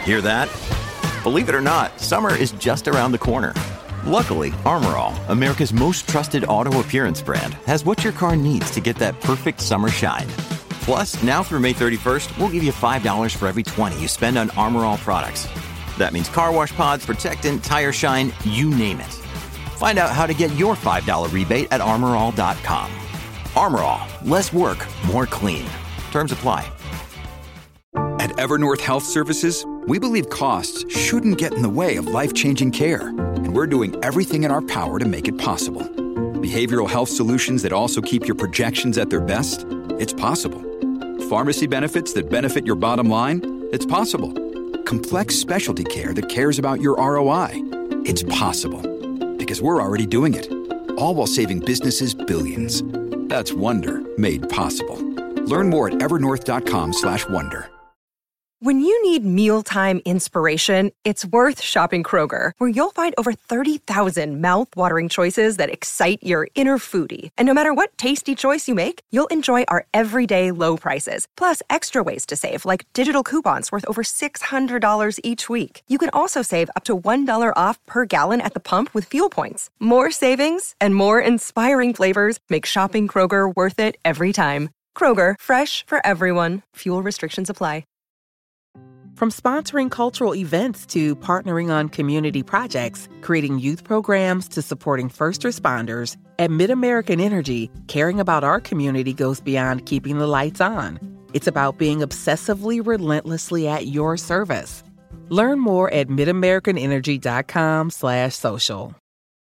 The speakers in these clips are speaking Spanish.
Hear that? Believe it or not, summer is just around the corner. Luckily, Armor All, America's most trusted auto appearance brand, has what your car needs to get that perfect summer shine. Plus, now through May 31st, we'll give you $5 for every $20 you spend on Armor All products. That means car wash pods, protectant, tire shine, you name it. Find out how to get your $5 rebate at armorall.com. Armor All, less work, more clean. Terms apply. At Evernorth Health Services, we believe costs shouldn't get in the way of life-changing care, and we're doing everything in our power to make it possible. Behavioral health solutions that also keep your projections at their best? It's possible. Pharmacy benefits that benefit your bottom line? It's possible. Complex specialty care that cares about your ROI? It's possible. Because we're already doing it. All while saving businesses billions. That's Wonder made possible. Learn more at evernorth.com/wonder. When you need mealtime inspiration, it's worth shopping Kroger, where you'll find over 30,000 mouth-watering choices that excite your inner foodie. And no matter what tasty choice you make, you'll enjoy our everyday low prices, plus extra ways to save, like digital coupons worth over $600 each week. You can also save up to $1 off per gallon at the pump with fuel points. More savings and more inspiring flavors make shopping Kroger worth it every time. Kroger, fresh for everyone. Fuel restrictions apply. From sponsoring cultural events to partnering on community projects, creating youth programs to supporting first responders, at MidAmerican Energy, caring about our community goes beyond keeping the lights on. It's about being obsessively relentlessly at your service. Learn more at midamericanenergy.com/social.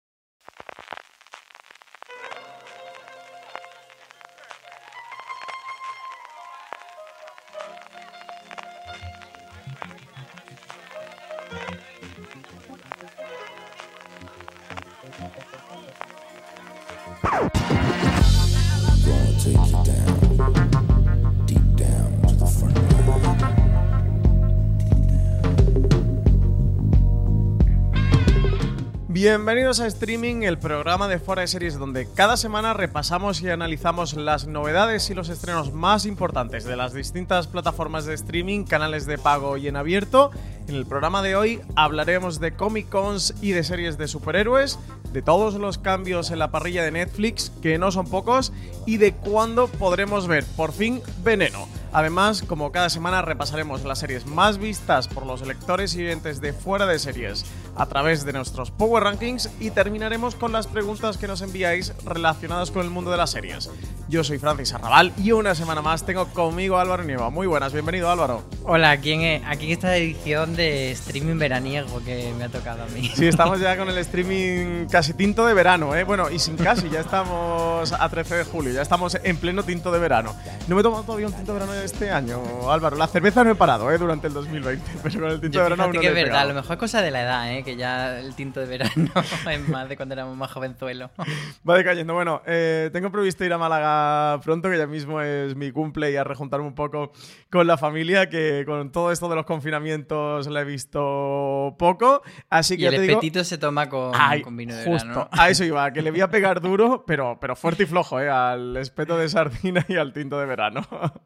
Bienvenidos a Streaming, el programa de Fuera de Series donde cada semana repasamos y analizamos las novedades y los estrenos más importantes de las distintas plataformas de streaming, canales de pago y en abierto. En el programa de hoy hablaremos de Comic Cons y de series de superhéroes, de todos los cambios en la parrilla de Netflix, que no son pocos, y de cuándo podremos ver por fin Veneno. Además, como cada semana, repasaremos las series más vistas por los lectores y oyentes de Fuera de Series a través de nuestros Power Rankings y terminaremos con las preguntas que nos enviáis relacionadas con el mundo de las series. Yo soy Francis Arrabal y una semana más tengo conmigo a Álvaro Nieva. Muy buenas, bienvenido Álvaro. Hola, aquí en esta edición de streaming veraniego que me ha tocado a mí. Sí, estamos ya con el streaming casi tinto de verano, ¿eh? Bueno, y sin casi, ya estamos a 13 de julio, ya estamos en pleno tinto de verano. No me he tomado todavía un tinto de verano este año, Álvaro. La cerveza no he parado, durante el 2020, pero con el tinto de verano aún no que le es he verdad, pegado. a lo mejor es cosa de la edad, que ya el tinto de verano es más de cuando éramos más jovenzuelos. Va decayendo. Bueno, tengo previsto ir a Málaga pronto, que ya mismo es mi cumple, y a rejuntarme un poco con la familia, que con todo esto de los confinamientos la he visto poco, así que y ya el te digo, espetito se toma con vino de justo, verano, ¿no? a eso iba, que le voy a pegar duro, pero fuerte y flojo, al espeto de sardina y al tinto de verano.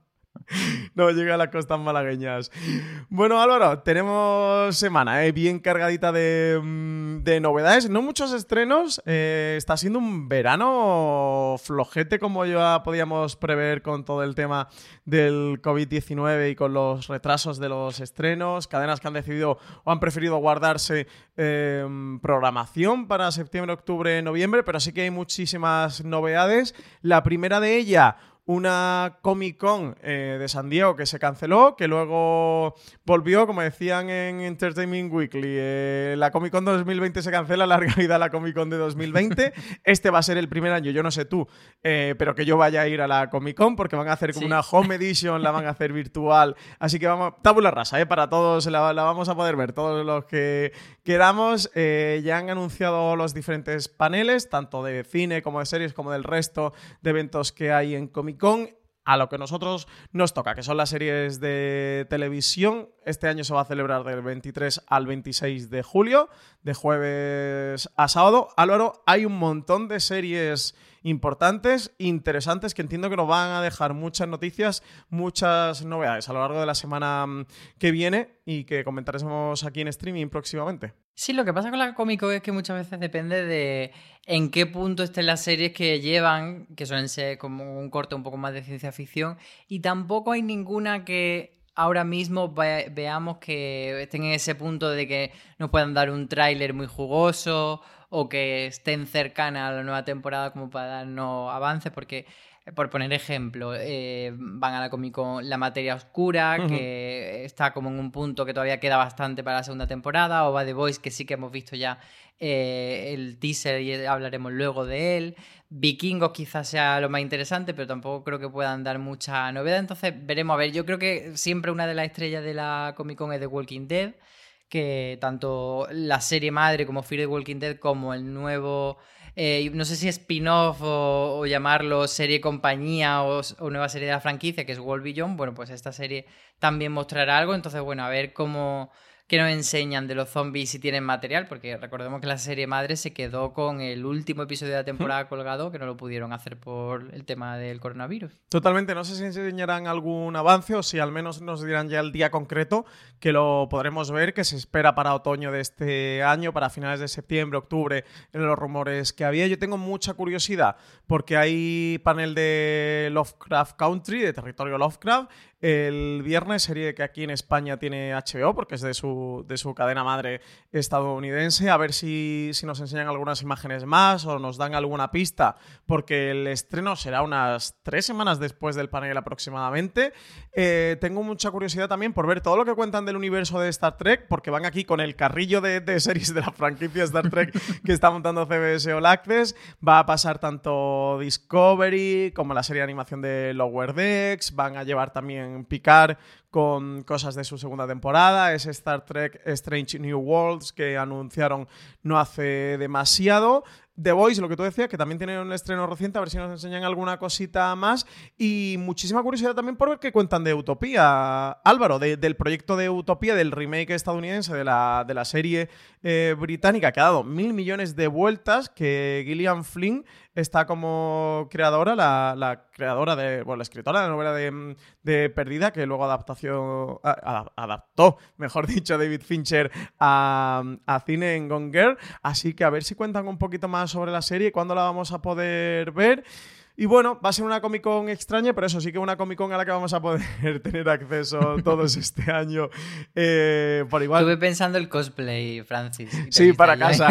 No llega a las costas malagueñas. Bueno, Álvaro, tenemos semana bien cargadita de novedades. No muchos estrenos. Está siendo un verano flojete, como ya podíamos prever con todo el tema del COVID-19 y con los retrasos de los estrenos. Cadenas que han decidido o han preferido guardarse programación para septiembre, octubre, noviembre, pero sí que hay muchísimas novedades. La primera de ellas, una Comic Con de San Diego que se canceló, que luego volvió, como decían en Entertainment Weekly, la Comic Con 2020 se cancela, larga vida la Comic Con de 2020. Este va a ser el primer año, yo no sé tú, pero que yo vaya a ir a la Comic Con, porque van a hacer como una Home Edition, la van a hacer virtual, así que vamos, tabula rasa, para todos la vamos a poder ver, todos los que queramos. Ya han anunciado los diferentes paneles, tanto de cine como de series, como del resto de eventos que hay en Comic Con. a lo que nosotros nos toca, que son las series de televisión. Este año se va a celebrar del 23 al 26 de julio, de jueves a sábado. Álvaro, hay un montón de series importantes, interesantes, que entiendo que nos van a dejar muchas noticias, muchas novedades a lo largo de la semana que viene y que comentaremos aquí en streaming próximamente. Sí, lo que pasa con la Comic Con es que muchas veces depende de en qué punto estén las series que llevan, que suelen ser como un corte un poco más de ciencia ficción, y tampoco hay ninguna que ahora mismo veamos que estén en ese punto de que nos puedan dar un tráiler muy jugoso o que estén cercanas a la nueva temporada como para darnos avances, porque, por poner ejemplo, van a la Comic Con La Materia Oscura, que está como en un punto que todavía queda bastante para la segunda temporada, o va The Voice, que sí que hemos visto ya el teaser y hablaremos luego de él. Vikingos quizás sea lo más interesante, pero tampoco creo que puedan dar mucha novedad, entonces veremos. A ver, yo creo que siempre una de las estrellas de la Comic Con es The Walking Dead, que tanto la serie madre como Fear the Walking Dead como el nuevo, no sé si spin-off o llamarlo serie compañía o nueva serie de la franquicia, que es World Beyond, bueno, pues esta serie también mostrará algo, entonces bueno, a ver qué nos enseñan de los zombies si tienen material, porque recordemos que la serie madre se quedó con el último episodio de la temporada colgado, que no lo pudieron hacer por el tema del coronavirus. Totalmente, no sé si enseñarán algún avance o si al menos nos dirán ya el día concreto, que lo podremos ver, que se espera para otoño de este año, para finales de septiembre, octubre, en los rumores que había. Yo tengo mucha curiosidad porque hay panel de Lovecraft Country, de territorio Lovecraft, el viernes, serie que aquí en España tiene HBO, porque es de su cadena madre estadounidense. A ver si nos enseñan algunas imágenes más o nos dan alguna pista, porque el estreno será unas 3 semanas después del panel aproximadamente. Tengo mucha curiosidad también por ver todo lo que cuentan del universo de Star Trek, porque van aquí con el carrillo de series de la franquicia Star Trek que está montando CBS All Access. Va a pasar tanto Discovery como la serie de animación de Lower Decks. Van a llevar también Picard con cosas de su segunda temporada, es Star Trek Strange New Worlds que anunciaron no hace demasiado. The Voice, lo que tú decías, que también tiene un estreno reciente, a ver si nos enseñan alguna cosita más. Y muchísima curiosidad también por ver qué cuentan de Utopía, Álvaro, del proyecto de Utopía, del remake estadounidense de la serie británica, que ha dado 1.000 millones de vueltas, que Gillian Flynn está como creadora, la creadora la escritora de la novela de Perdida, que luego adaptó, mejor dicho, David Fincher a cine en Gone Girl. Así que a ver si cuentan un poquito más sobre la serie y cuándo la vamos a poder ver. Y bueno, va a ser una Comic Con extraña, pero eso sí que una Comic Con a la que vamos a poder tener acceso todos este año por igual. Estuve pensando el cosplay, Francis. Sí, para casa.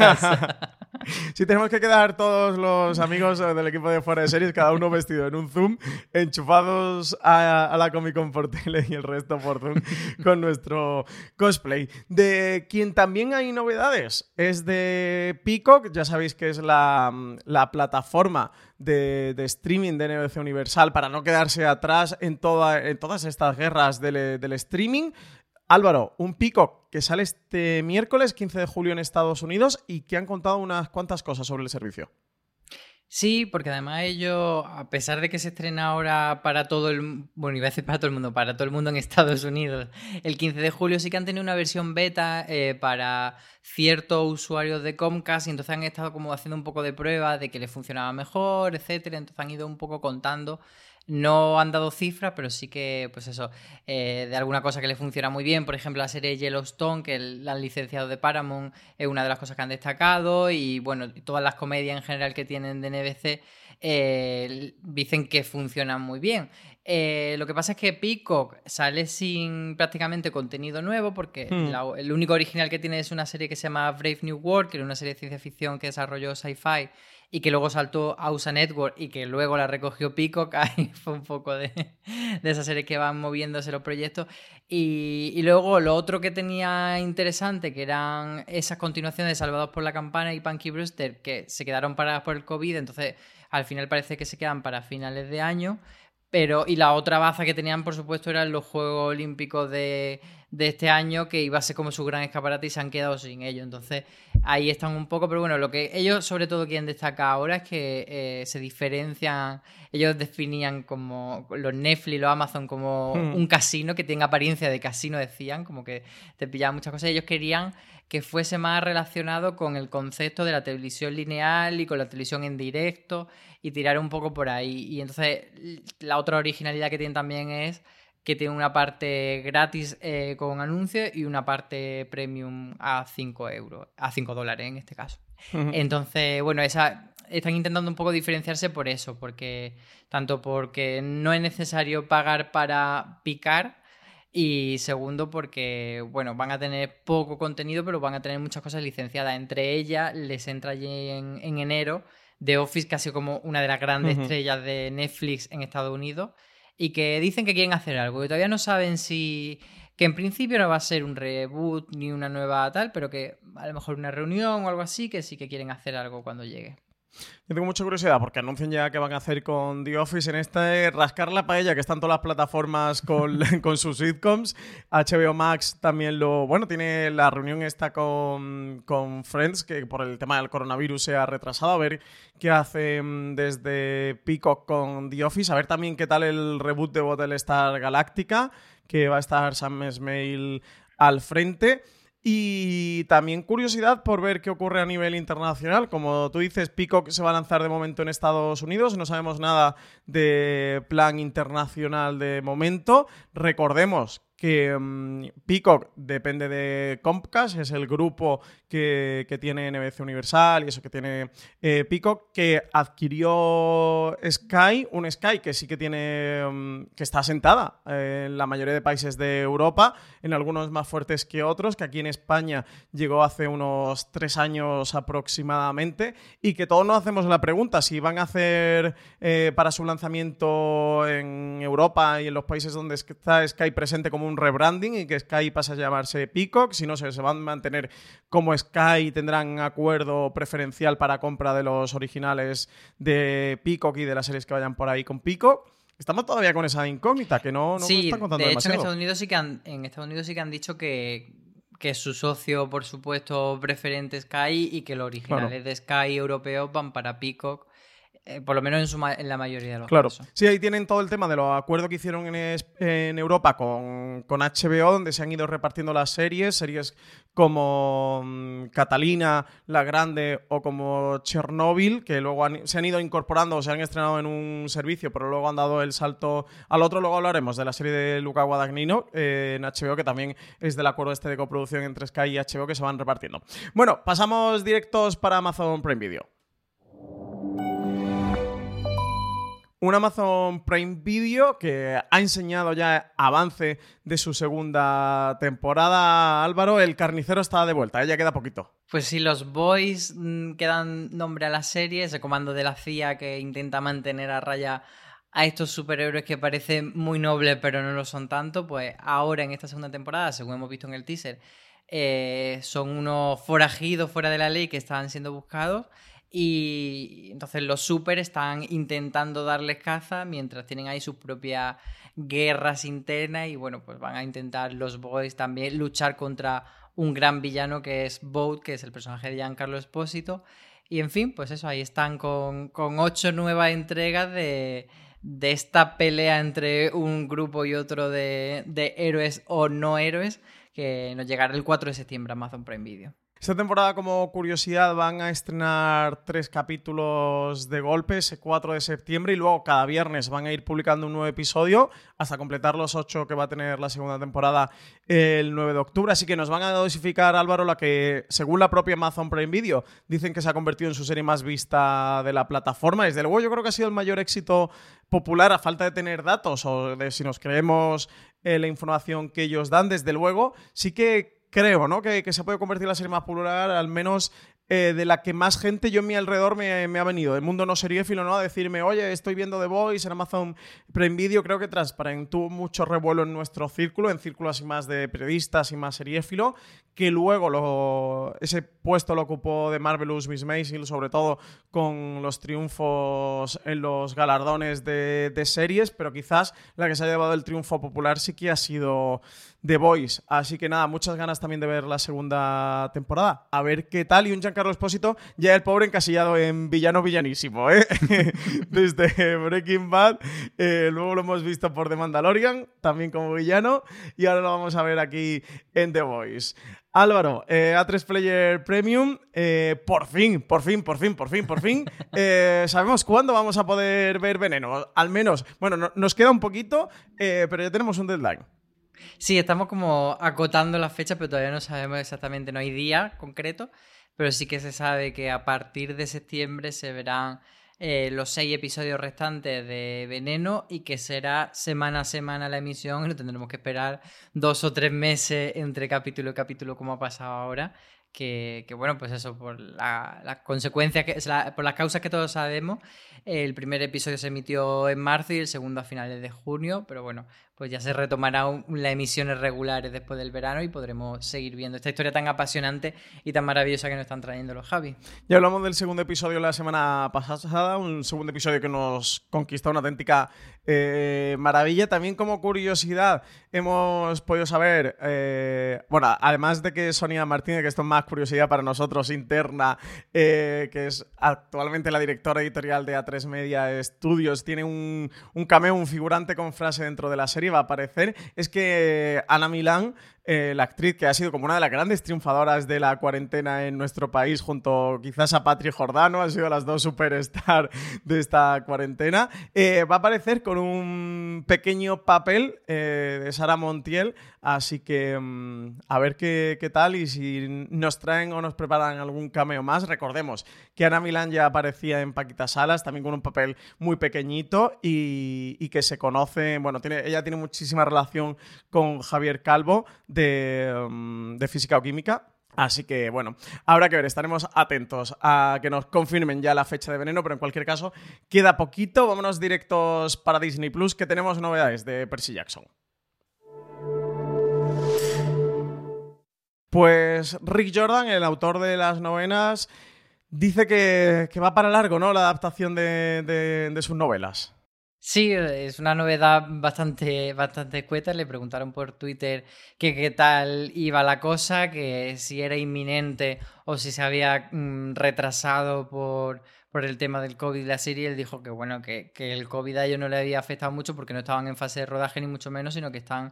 Sí, tenemos que quedar todos los amigos del equipo de Fuera de Series, cada uno vestido en un Zoom, enchufados a la Comic Con por tele y el resto por Zoom con nuestro cosplay. De quien también hay novedades es de Peacock, ya sabéis que es la plataforma de streaming de NBC Universal para no quedarse atrás en todas estas guerras del streaming. Álvaro, un Peacock que sale este miércoles 15 de julio en Estados Unidos y que han contado unas cuantas cosas sobre el servicio. Sí, porque además ellos, a pesar de que se estrena ahora para todo iba a decir para todo el mundo en Estados Unidos, el 15 de julio sí que han tenido una versión beta para ciertos usuarios de Comcast y entonces han estado como haciendo un poco de prueba de que les funcionaba mejor, etcétera, entonces han ido un poco contando. No han dado cifras, pero sí que, pues eso, de alguna cosa que le funciona muy bien. Por ejemplo, la serie Yellowstone, que la han licenciado de Paramount, es una de las cosas que han destacado. Y bueno, todas las comedias en general que tienen de NBC dicen que funcionan muy bien. Lo que pasa es que Peacock sale sin prácticamente contenido nuevo, porque el único original que tiene es una serie que se llama Brave New World, que era una serie de ciencia ficción que desarrolló Sci-Fi y que luego saltó a USA Network y que luego la recogió Peacock. Ahí fue un poco de esas series que van moviéndose los proyectos. Y luego lo otro que tenía interesante, que eran esas continuaciones de Salvados por la Campana y Punky Brewster, que se quedaron paradas por el COVID, entonces al final parece que se quedan para finales de año. Y la otra baza que tenían, por supuesto, eran los Juegos Olímpicos de de este año, que iba a ser como su gran escaparate y se han quedado sin ello. Entonces ahí están un poco, pero bueno, lo que ellos sobre todo quieren destacar ahora es que se diferencian. Ellos definían como los Netflix, los Amazon como un casino que tiene apariencia de casino, decían, como que te pillaban muchas cosas. Ellos querían que fuese más relacionado con el concepto de la televisión lineal y con la televisión en directo y tirar un poco por ahí. Y entonces la otra originalidad que tienen también es que tiene una parte gratis con anuncios y una parte premium a 5 euros, a $5 en este caso. Entonces, bueno, están intentando un poco diferenciarse por eso, tanto porque no es necesario pagar para picar, y segundo porque, bueno, van a tener poco contenido, pero van a tener muchas cosas licenciadas. Entre ellas les entra allí en enero The Office, que ha sido como una de las grandes estrellas de Netflix en Estados Unidos, y que dicen que quieren hacer algo, que todavía no saben que en principio no va a ser un reboot ni una nueva tal, pero que a lo mejor una reunión o algo así, que sí que quieren hacer algo cuando llegue. Yo tengo mucha curiosidad porque anuncian ya que van a hacer con The Office en este rascar la paella que están todas las plataformas con sus sitcoms. HBO Max también tiene la reunión esta con Friends, que por el tema del coronavirus se ha retrasado. A ver qué hacen desde Peacock con The Office. A ver también qué tal el reboot de Battlestar Galactica, que va a estar Sam Esmail al frente. Y también curiosidad por ver qué ocurre a nivel internacional. Como tú dices, Peacock se va a lanzar de momento en Estados Unidos. No sabemos nada de plan internacional de momento. Recordemos que Peacock depende de Comcast, es el grupo que tiene NBC Universal y eso que tiene Peacock, que adquirió Sky, un Sky que sí que tiene, que está asentada en la mayoría de países de Europa, en algunos más fuertes que otros, que aquí en España llegó hace unos 3 años aproximadamente, y que todos nos hacemos la pregunta si van a hacer para su lanzamiento en Europa y en los países donde está Sky presente como un rebranding y que Sky pasa a llamarse Peacock, si no se van a mantener como Sky y tendrán acuerdo preferencial para compra de los originales de Peacock y de las series que vayan por ahí con Peacock. Estamos todavía con esa incógnita que no sí, me están contando de hecho, demasiado. en Estados Unidos sí que han dicho que es su socio, por supuesto, preferente Sky, y que los originales de Sky europeos van para Peacock. Por lo menos en la mayoría de los casos. Sí, ahí tienen todo el tema de los acuerdos que hicieron en Europa con HBO, donde se han ido repartiendo las series como Catalina, La Grande o como Chernobyl, que luego se han ido incorporando o se han estrenado en un servicio, pero luego han dado el salto al otro. Luego hablaremos de la serie de Luca Guadagnino en HBO, que también es del acuerdo de coproducción entre Sky y HBO, que se van repartiendo. Bueno, pasamos directos para Amazon Prime Video. Un Amazon Prime Video que ha enseñado ya avance de su segunda temporada. Álvaro, el carnicero está de vuelta, ya queda poquito. Pues sí, los Boys que dan nombre a la serie, ese comando de la CIA que intenta mantener a raya a estos superhéroes que parecen muy nobles pero no lo son tanto, pues ahora en esta segunda temporada, según hemos visto en el teaser, son unos forajidos fuera de la ley que están siendo buscados. Y entonces los super están intentando darles caza mientras tienen ahí sus propias guerras internas, y bueno, pues van a intentar los Boys también luchar contra un gran villano que es Boat, que es el personaje de Giancarlo Espósito. Y en fin, pues eso, ahí están con 8 nuevas entregas de esta pelea entre un grupo y otro de héroes o no héroes, que nos llegará el 4 de septiembre a Amazon Prime Video. Esta temporada, como curiosidad, van a estrenar 3 capítulos de golpe, ese 4 de septiembre, y luego cada viernes van a ir publicando un nuevo episodio hasta completar los 8 que va a tener la segunda temporada el 9 de octubre. Así que nos van a dosificar, Álvaro, la que, según la propia Amazon Prime Video, dicen que se ha convertido en su serie más vista de la plataforma. Desde luego, yo creo que ha sido el mayor éxito popular, a falta de tener datos o de si nos creemos la información que ellos dan. Desde luego, sí que creo, ¿no?, que se puede convertir en la serie más popular, al menos de la que más gente yo en mi alrededor me ha venido. El mundo no seriéfilo, ¿no?, a decirme, oye, estoy viendo The Boys en Amazon Prime Video. Creo que tuvo mucho revuelo en nuestro círculo, en círculos así más de periodistas y más seriéfilo, que luego ese puesto lo ocupó The Marvelous Miss Maisel, sobre todo con los triunfos en los galardones de series, pero quizás la que se ha llevado el triunfo popular sí que ha sido The Voice. Así que nada, muchas ganas también de ver la segunda temporada. A ver qué tal. Y un Giancarlo Espósito, ya el pobre encasillado en villano villanísimo, ¿eh? Desde Breaking Bad, luego lo hemos visto por The Mandalorian, también como villano, y ahora lo vamos a ver aquí en The Voice. Álvaro, A3 Player Premium, por fin. ¿Sabemos cuándo vamos a poder ver Veneno? Al menos, bueno, nos queda un poquito, pero ya tenemos un deadline. Sí, estamos como acotando las fechas, pero todavía no sabemos exactamente, no hay día concreto, pero sí que se sabe que a partir de septiembre se verán los 6 episodios restantes de Veneno y que será semana a semana la emisión y no tendremos que esperar 2 o 3 meses entre capítulo y capítulo como ha pasado ahora. Que bueno, pues eso, por las consecuencias, por las causas que todos sabemos, el primer episodio se emitió en marzo y el segundo a finales de junio, pero bueno, pues ya se retomarán las emisiones regulares después del verano y podremos seguir viendo esta historia tan apasionante y tan maravillosa que nos están trayendo los Javi. Ya hablamos del segundo episodio la semana pasada, un segundo episodio que nos conquistó una auténtica maravilla. También como curiosidad hemos podido saber, bueno, además de que Sonia Martínez, que esto es más curiosidad para nosotros interna, que es actualmente la directora editorial de A3 Media Studios, tiene un cameo, un figurante con frase dentro de la serie, va a aparecer, es que Ana Milán, la actriz que ha sido como una de las grandes triunfadoras de la cuarentena en nuestro país, junto quizás a Patri Jordano, han sido las dos superstars de esta cuarentena, va a aparecer con un pequeño papel de Sara Montiel, así que a ver qué tal y si nos traen o nos preparan algún cameo más. Recordemos que Ana Milán ya aparecía en Paquita Salas, también con un papel muy pequeñito y que se conoce, bueno, ella tiene muchísima relación con Javier Calvo de Física o Química. Así que, bueno, habrá que ver, estaremos atentos a que nos confirmen ya la fecha de Veneno, pero en cualquier caso, queda poquito. Vámonos directos para Disney Plus, que tenemos novedades de Percy Jackson. Pues Rick Jordan, el autor de las novenas, dice que va para largo, ¿no?, la adaptación de sus novelas. Sí, es una novedad bastante escueta. Le preguntaron por Twitter que qué tal iba la cosa, que si era inminente o si se había retrasado por el tema del COVID y la serie. Él dijo que bueno, que el COVID a ellos no le había afectado mucho porque no estaban en fase de rodaje ni mucho menos, sino que están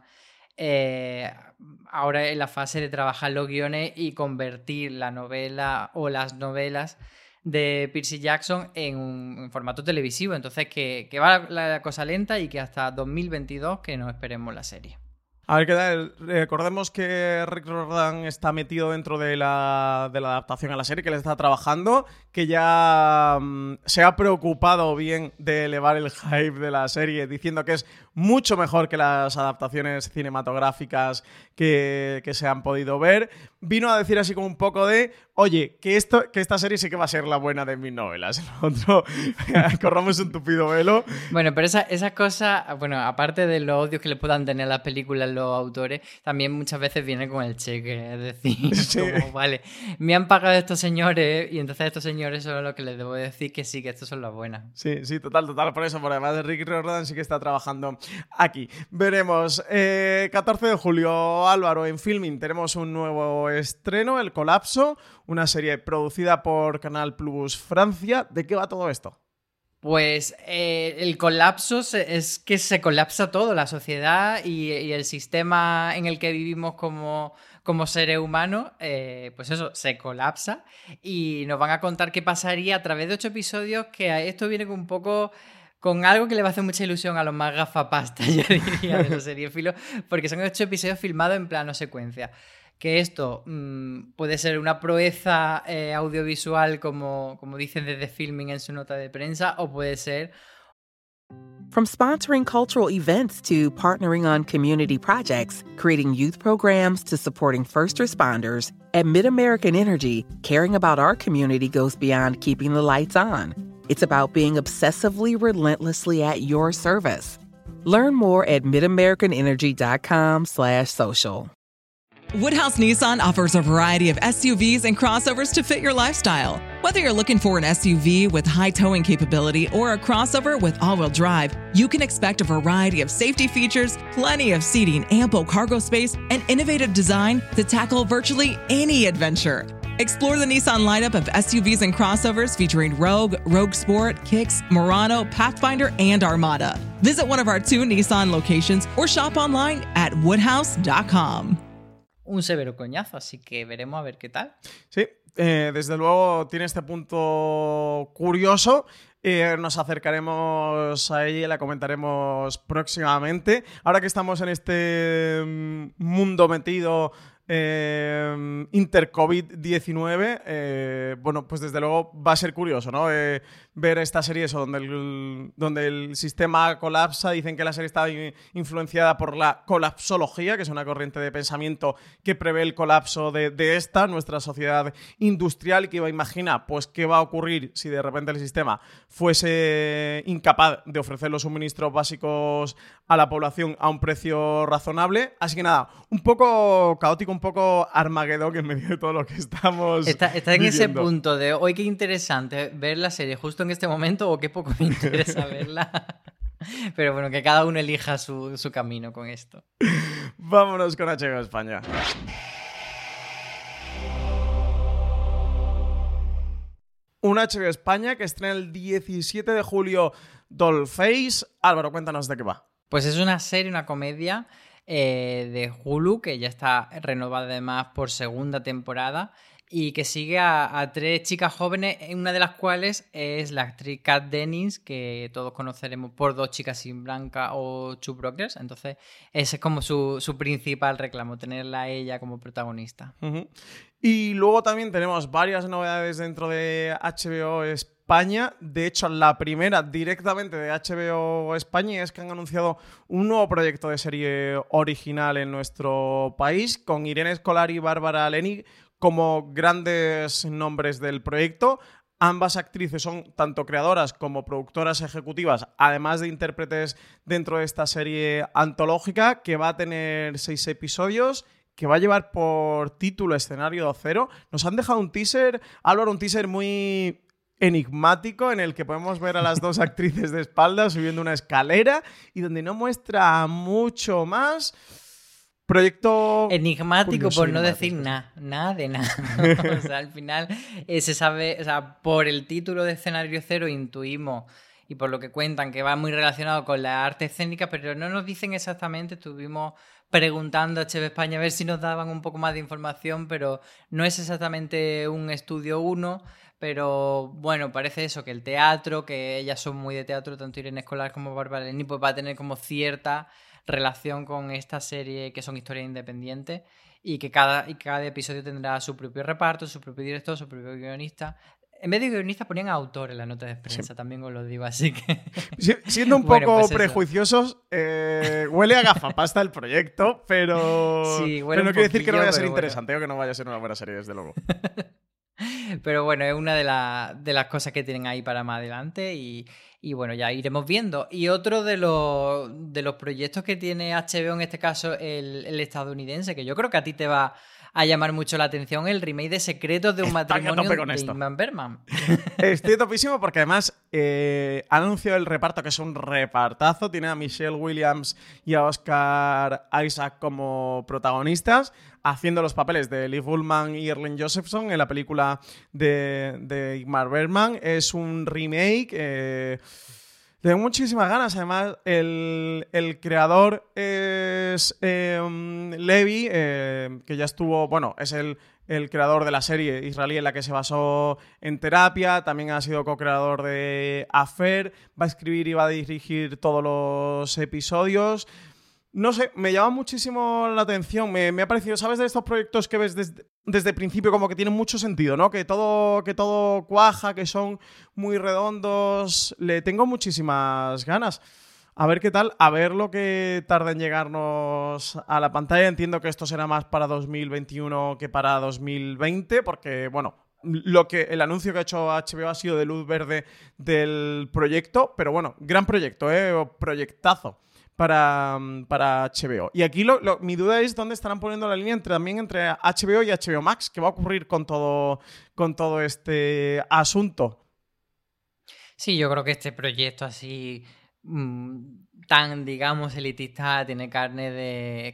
ahora en la fase de trabajar los guiones y convertir la novela o las novelas de Percy Jackson en formato televisivo. Entonces que va la cosa lenta y que hasta 2022 que no esperemos la serie. A ver qué tal. Recordemos que Rick Jordan está metido dentro de la adaptación a la serie, que le está trabajando, que ya se ha preocupado bien de elevar el hype de la serie, diciendo que es mucho mejor que las adaptaciones cinematográficas que se han podido ver. Vino a decir así como un poco de, oye, que esta serie sí que va a ser la buena de mis novelas. El otro, corramos un tupido velo. Bueno, pero esas cosas, bueno, aparte de los odios que le puedan tener las películas los autores, también muchas veces viene con el cheque. Es decir, sí, como, vale, me han pagado estos señores y entonces estos señores son los que les debo decir que sí, que estos son las buenas. Sí, total. Por eso, por además de Rick Jordan sí que está trabajando aquí. Veremos. 14 de julio, Álvaro, en Filmin tenemos un nuevo estreno, El Colapso, una serie producida por Canal Plus Francia. ¿De qué va todo esto? Pues el colapso es que se colapsa todo, la sociedad y el sistema en el que vivimos como seres humanos, pues eso, se colapsa y nos van a contar qué pasaría a través de 8 episodios, que esto viene un poco con algo que le va a hacer mucha ilusión a los más gafapastas, yo diría, de los seriéfilos, porque son 8 episodios filmados en plano secuencia. Que esto puede ser una proeza audiovisual, como dicen desde Filmin en su nota de prensa, o puede ser... From sponsoring cultural events to partnering on community projects, creating youth programs to supporting first responders, at MidAmerican Energy, caring about our community goes beyond keeping the lights on. It's about being obsessively relentlessly at your service. Learn more at midamericanenergy.com/social. Woodhouse Nissan offers a variety of SUVs and crossovers to fit your lifestyle. Whether you're looking for an SUV with high towing capability or a crossover with all-wheel drive, you can expect a variety of safety features, plenty of seating, ample cargo space, and innovative design to tackle virtually any adventure. Explore the Nissan lineup of SUVs and crossovers featuring Rogue, Rogue Sport, Kicks, Murano, Pathfinder, and Armada. Visit one of our 2 Nissan locations or shop online at woodhouse.com. Un severo coñazo, así que veremos a ver qué tal. Sí, desde luego tiene este punto curioso. Nos acercaremos a ella y la comentaremos próximamente. Ahora que estamos en este mundo metido inter-COVID-19, bueno, pues desde luego va a ser curioso, ¿no? Ver esta serie eso, donde el sistema colapsa. Dicen que la serie está influenciada por la colapsología, que es una corriente de pensamiento que prevé el colapso de nuestra sociedad industrial, y que imagina pues qué va a ocurrir si de repente el sistema fuese incapaz de ofrecer los suministros básicos a la población a un precio razonable. Así que nada, un poco caótico, un poco Armagedón en medio de todo lo que estamos Está en viviendo. ese punto de hoy qué interesante ver la serie justo en este momento o qué poco me interesa verla. Pero bueno, que cada uno elija su camino con esto. Vámonos con HBO España. Un HBO España que estrena el 17 de julio Dollface. Álvaro, cuéntanos de qué va. Pues es una serie, una comedia de Hulu que ya está renovada además por segunda temporada y que sigue a 3 chicas jóvenes, una de las cuales es la actriz Kat Dennings, que todos conoceremos por 2 chicas sin blanca o Two Brokers. Entonces ese es como su principal reclamo, tenerla a ella como protagonista. Uh-huh. Y luego también tenemos varias novedades dentro de HBO España. De hecho, la primera directamente de HBO España es que han anunciado un nuevo proyecto de serie original en nuestro país, con Irene Escolar y Bárbara Lenig como grandes nombres del proyecto. Ambas actrices son tanto creadoras como productoras ejecutivas, además de intérpretes dentro de esta serie antológica, que va a tener 6 episodios, que va a llevar por título Escenario Cero. Nos han dejado un teaser, Álvaro, un teaser muy enigmático en el que podemos ver a las 2 actrices de espaldas subiendo una escalera y donde no muestra mucho más. Proyecto enigmático, curioso, por no decir nada de nada. O sea, al final se sabe, o sea, por el título de Escenario Cero intuimos, y por lo que cuentan, que va muy relacionado con la arte escénica, pero no nos dicen exactamente. Estuvimos preguntando a HBO España a ver si nos daban un poco más de información, pero no es exactamente un estudio 1. Pero bueno, parece eso, que el teatro, que ellas son muy de teatro, tanto Irene Escolar como Bárbara Lenig, pues va a tener como cierta relación con esta serie, que son historias independientes, y que cada episodio tendrá su propio reparto, su propio director, su propio guionista. En vez de guionistas ponían a autor en la nota de prensa, sí. También os lo digo, así que... Siendo un poco pues prejuiciosos, huele a gafapasta el proyecto, pero, sí, pero no quiere decir que no vaya a ser interesante o que no vaya a ser una buena serie, desde luego. Pero bueno, es una de las cosas que tienen ahí para más adelante y bueno, ya iremos viendo. Y otro de los proyectos que tiene HBO, en este caso el estadounidense, que yo creo que a ti te va a llamar mucho la atención, el remake de Secretos de un matrimonio de Ingmar Bergman. Estoy topísimo porque además ha anunciado el reparto, que es un repartazo. Tiene a Michelle Williams y a Oscar Isaac como protagonistas, haciendo los papeles de Liv Ullmann y Erland Josephson en la película de Ingmar Bergman. Es un remake. Tengo muchísimas ganas. Además, el creador es Levi, que ya estuvo... Bueno, es el creador de la serie israelí en la que se basó En Terapia. También ha sido co-creador de Affair. Va a escribir y va a dirigir todos los episodios. No sé, me llama muchísimo la atención. Me ha parecido, ¿sabes? De estos proyectos que ves desde el principio, como que tienen mucho sentido, ¿no? Que todo cuaja, que son muy redondos. Le tengo muchísimas ganas. A ver qué tal, a ver lo que tarda en llegarnos a la pantalla. Entiendo que esto será más para 2021 que para 2020, porque, bueno, el anuncio que ha hecho HBO ha sido de luz verde del proyecto, pero bueno, gran proyecto, proyectazo. para HBO. Y aquí mi duda es dónde estarán poniendo la línea también entre HBO y HBO Max. ¿Qué va a ocurrir con todo este asunto? Sí, yo creo que este proyecto así tan, digamos, elitista tiene carne de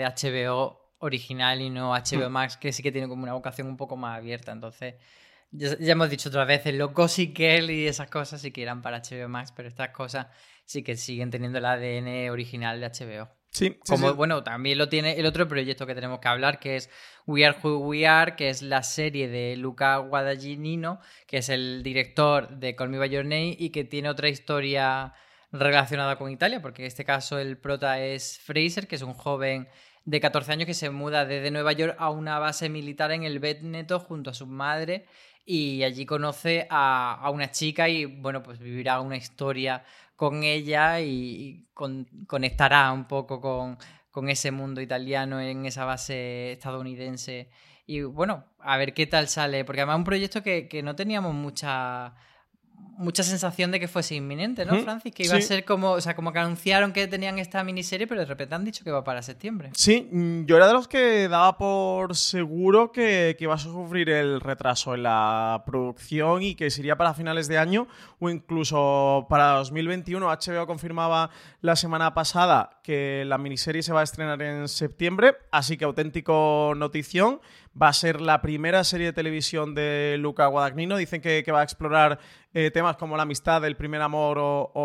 HBO original y no HBO Max, que sí que tiene como una vocación un poco más abierta. Entonces, ya hemos dicho otras veces, los Gossip Girl y esas cosas sí que irán para HBO Max, pero estas cosas sí que siguen teniendo el ADN original de HBO. Sí, como, sí. Bueno, también lo tiene el otro proyecto que tenemos que hablar, que es We Are Who We Are, que es la serie de Luca Guadagnino, que es el director de Call Me By Your Name y que tiene otra historia relacionada con Italia, porque en este caso el prota es Fraser, que es un joven de 14 años que se muda desde Nueva York a una base militar en el Veneto junto a su madre, y allí conoce a una chica y, bueno, pues vivirá una historia con ella y conectará un poco con ese mundo italiano en esa base estadounidense. Y, bueno, a ver qué tal sale, porque además es un proyecto que no teníamos mucha sensación de que fuese inminente, ¿no, Francis? Que iba a ser como que anunciaron que tenían esta miniserie, pero de repente han dicho que va para septiembre. Sí, yo era de los que daba por seguro que iba a sufrir el retraso en la producción y que sería para finales de año o incluso para 2021. HBO confirmaba la semana pasada que la miniserie se va a estrenar en septiembre, así que auténtico notición. Va a ser la primera serie de televisión de Luca Guadagnino. Dicen que va a explorar temas como la amistad, el primer amor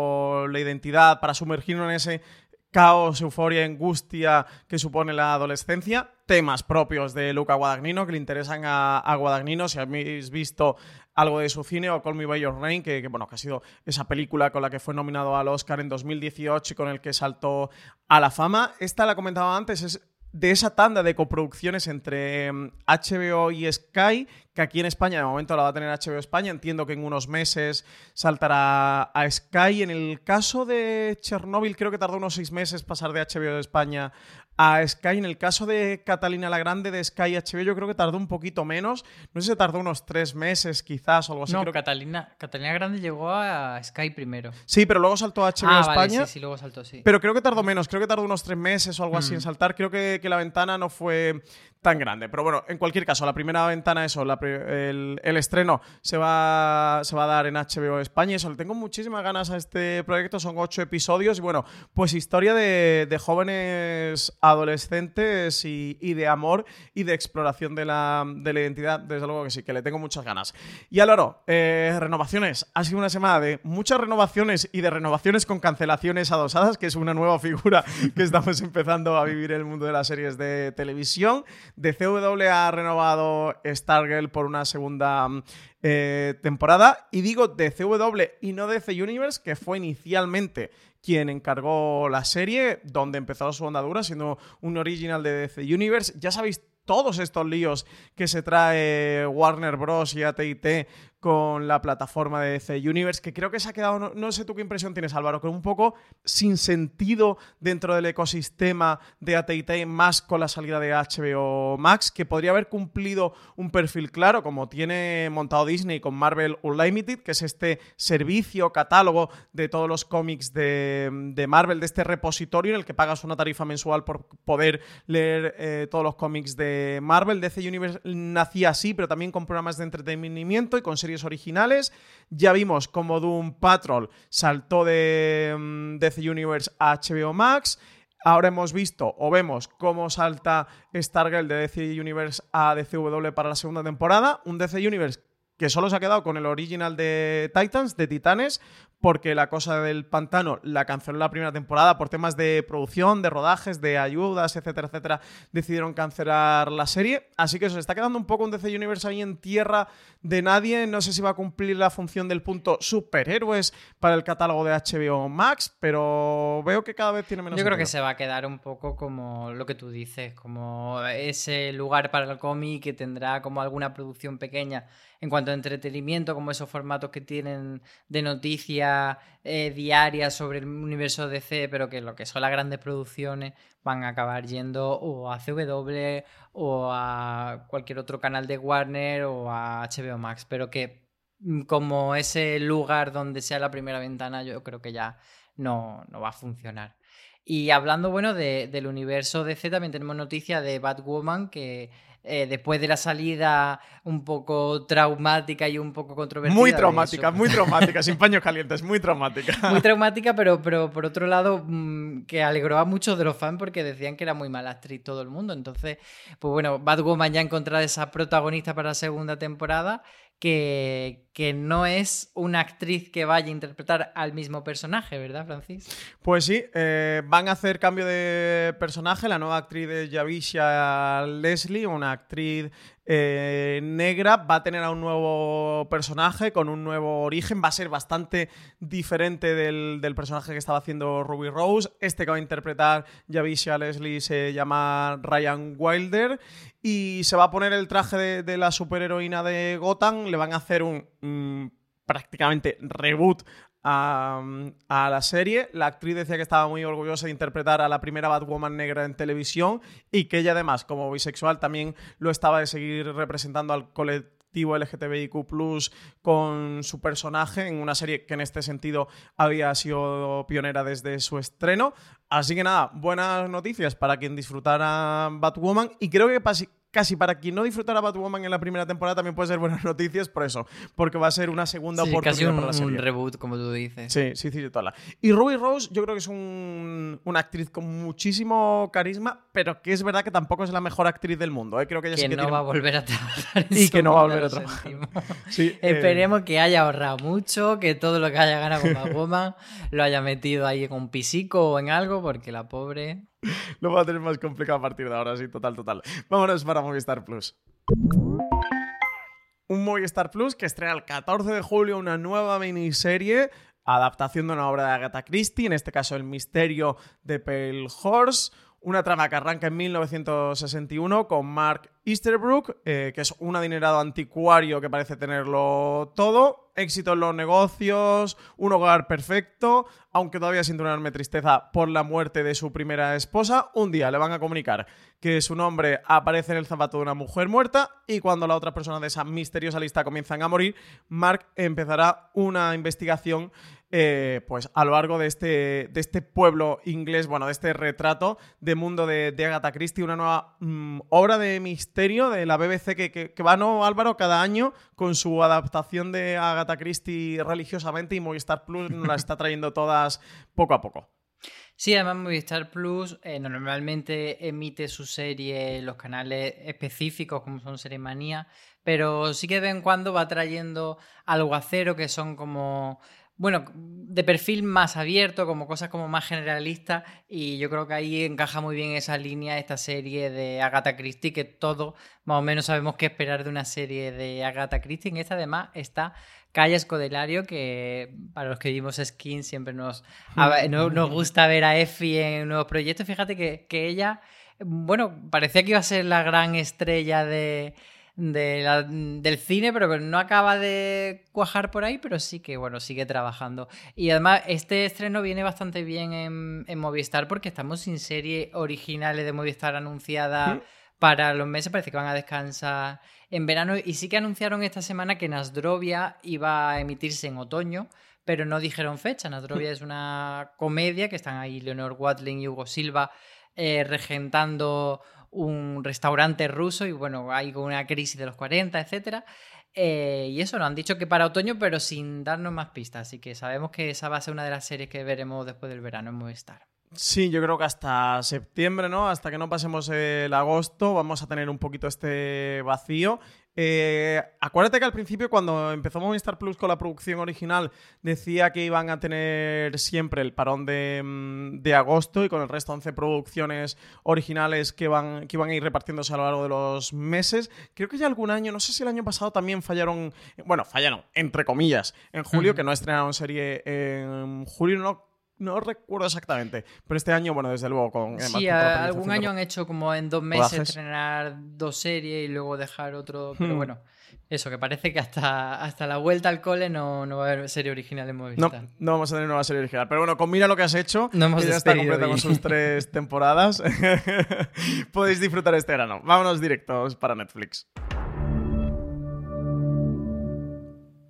o la identidad para sumergirnos en ese caos, euforia, angustia que supone la adolescencia. Temas propios de Luca Guadagnino que le interesan a Guadagnino. Si habéis visto algo de su cine o Call Me By Your Name, que ha sido esa película con la que fue nominado al Oscar en 2018 y con el que saltó a la fama. Esta la comentaba antes, es de esa tanda de coproducciones entre HBO y Sky, que aquí en España de momento la va a tener HBO España. Entiendo que en unos meses saltará a Sky. En el caso de Chernobyl creo que tardó unos 6 meses pasar de HBO España a Sky. En el caso de Catalina la Grande de Sky HBO yo creo que tardó un poquito menos. No sé si tardó unos 3 meses quizás o algo así. No, creo Catalina Grande llegó a Sky primero. Sí, pero luego saltó a HBO España. Vale, sí, luego saltó, sí. Pero creo que tardó menos, creo que tardó unos 3 meses o algo así en saltar. Creo que la ventana no fue tan grande. Pero bueno, en cualquier caso, la primera ventana, el estreno se va a dar en HBO España. Eso, le tengo muchísimas ganas a este proyecto. Son 8 episodios y bueno, pues historia de jóvenes adolescentes y de amor y de exploración de la identidad. Desde luego que sí, que le tengo muchas ganas. Y Álvaro, renovaciones. Ha sido una semana de muchas renovaciones y de renovaciones con cancelaciones adosadas, que es una nueva figura que estamos empezando a vivir en el mundo de las series de televisión. DCW ha renovado Stargirl por una segunda temporada. Y digo DCW y no DC Universe, que fue inicialmente quien encargó la serie, donde empezó su andadura, siendo un original de DC Universe. Ya sabéis todos estos líos que se trae Warner Bros. Y AT&T con la plataforma de DC Universe, que creo que se ha quedado, no sé tú qué impresión tienes, Álvaro, que un poco sin sentido dentro del ecosistema de AT&T, más con la salida de HBO Max, que podría haber cumplido un perfil claro, como tiene montado Disney con Marvel Unlimited, que es este servicio, catálogo de todos los cómics de Marvel, de este repositorio en el que pagas una tarifa mensual por poder leer todos los cómics de Marvel. DC Universe nacía así, pero también con programas de entretenimiento y con series originales. Ya vimos cómo Doom Patrol saltó de DC Universe a HBO Max. Ahora hemos visto o vemos cómo salta Stargirl de DC Universe a DCW para la segunda temporada. Un DC Universe que solo se ha quedado con el original de Titans, de Titanes, porque La Cosa del Pantano la canceló la primera temporada por temas de producción, de rodajes, de ayudas, etcétera, etcétera. Decidieron cancelar la serie. Así que se está quedando un poco un DC Universe ahí en tierra de nadie. No sé si va a cumplir la función del punto superhéroes para el catálogo de HBO Max, pero veo que cada vez tiene menos sentido. Yo creo que sentido. se va a quedar un poco como lo que tú dices, como ese lugar para el cómic que tendrá como alguna producción pequeña en cuanto a entretenimiento, como esos formatos que tienen de noticias diarias sobre el universo DC, pero que lo que son las grandes producciones van a acabar yendo o a CW o a cualquier otro canal de Warner o a HBO Max, pero que como ese lugar donde sea la primera ventana yo creo que ya no va a funcionar. Y hablando, bueno, del universo DC, también tenemos noticia de Batwoman, que después de la salida un poco traumática y un poco controvertida. Muy traumática, sin paños calientes, muy traumática. Muy traumática, pero por otro lado, que alegró a muchos de los fans porque decían que era muy mala actriz todo el mundo. Entonces, pues bueno, Batwoman ya encontrará esa protagonista para la segunda temporada, que no es una actriz que vaya a interpretar al mismo personaje, ¿verdad, Francis? Pues sí, van a hacer cambio de personaje. La nueva actriz es Javicia Leslie, una actriz negra, va a tener a un nuevo personaje con un nuevo origen, va a ser bastante diferente del personaje que estaba haciendo Ruby Rose. Este que va a interpretar Javicia Leslie se llama Ryan Wilder y se va a poner el traje de la superheroína de Gotham. Le van a hacer un prácticamente reboot a la serie. La actriz decía que estaba muy orgullosa de interpretar a la primera Batwoman negra en televisión y que ella además, como bisexual, también lo estaba de seguir representando al colectivo LGTBIQ+, con su personaje en una serie que en este sentido había sido pionera desde su estreno. Así que nada, buenas noticias para quien disfrutara Batwoman, y creo que casi para quien no disfrutara Batwoman en la primera temporada también puede ser buenas noticias por eso, porque va a ser una segunda oportunidad casi para la serie. Un reboot, como tú dices. Sí, total. Y Ruby Rose yo creo que es una actriz con muchísimo carisma, pero que es verdad que tampoco es la mejor actriz del mundo, ¿eh? Creo que ella que sí que no va a volver a trabajar y que no va a volver a trabajar. Sí, esperemos que haya ahorrado mucho, que todo lo que haya ganado con Batwoman lo haya metido ahí en un pisico o en algo, porque la pobre... Lo va a tener más complicado a partir de ahora, sí, total. Vámonos para Movistar Plus. Un Movistar Plus que estrena el 14 de julio una nueva miniserie, adaptación de una obra de Agatha Christie, en este caso El misterio de Pale Horse. Una trama que arranca en 1961 con Mark Easterbrook, que es un adinerado anticuario que parece tenerlo todo, éxito en los negocios, un hogar perfecto, aunque todavía siente una enorme tristeza por la muerte de su primera esposa. Un día le van a comunicar que su nombre aparece en el zapato de una mujer muerta, y cuando las otras personas de esa misteriosa lista comienzan a morir, Mark empezará una investigación pues a lo largo de este pueblo inglés, bueno, de este retrato de mundo de Agatha Christie, una nueva obra de misterio de la BBC que va, ¿no, Álvaro? Cada año con su adaptación de Agatha Christie religiosamente, y Movistar Plus nos las está trayendo todas poco a poco. Sí, además Movistar Plus normalmente emite su serie en los canales específicos como son Seremanía, pero sí que de vez en cuando va trayendo algo a cero, que son como... Bueno, de perfil más abierto, como cosas como más generalistas, y yo creo que ahí encaja muy bien esa línea, esta serie de Agatha Christie, que todos más o menos sabemos qué esperar de una serie de Agatha Christie. En esta además está Kaya Scodelario, que para los que vimos Skin siempre nos gusta ver a Effie en nuevos proyectos. Fíjate que ella, bueno, parecía que iba a ser la gran estrella del cine, pero que no acaba de cuajar por ahí, pero sí que, bueno, sigue trabajando. Y además este estreno viene bastante bien en Movistar, porque estamos sin series originales de Movistar anunciadas para los meses. Parece que van a descansar en verano, y sí que anunciaron esta semana que Nasdrovia iba a emitirse en otoño, pero no dijeron fecha. Nasdrovia es una comedia que están ahí Leonor Watling y Hugo Silva regentando un restaurante ruso, y bueno, hay una crisis de los 40, etcétera. Y eso, nos han dicho que para otoño, pero sin darnos más pistas, así que sabemos que esa va a ser una de las series que veremos después del verano en Movistar. Sí, yo creo que hasta septiembre, ¿no? Hasta que no pasemos el agosto vamos a tener un poquito este vacío. Acuérdate que al principio, cuando empezó Movistar Plus con la producción original, decía que iban a tener siempre el parón de agosto, y con el resto 11 producciones originales que iban a ir repartiéndose a lo largo de los meses. Creo que ya algún año, no sé si el año pasado también fallaron, entre comillas, en julio, que no estrenaron serie en julio, no recuerdo exactamente, pero este año, bueno, desde luego sí, algún año han hecho como en 2 meses estrenar 2 series y luego dejar otro, pero bueno, eso, que parece que hasta la vuelta al cole no va a haber serie original en Movistar. No vamos a tener nueva serie original, pero bueno, con Mira lo que has hecho, no hemos que ya está completa con sus 3 temporadas, podéis disfrutar este verano. Vámonos directos para Netflix.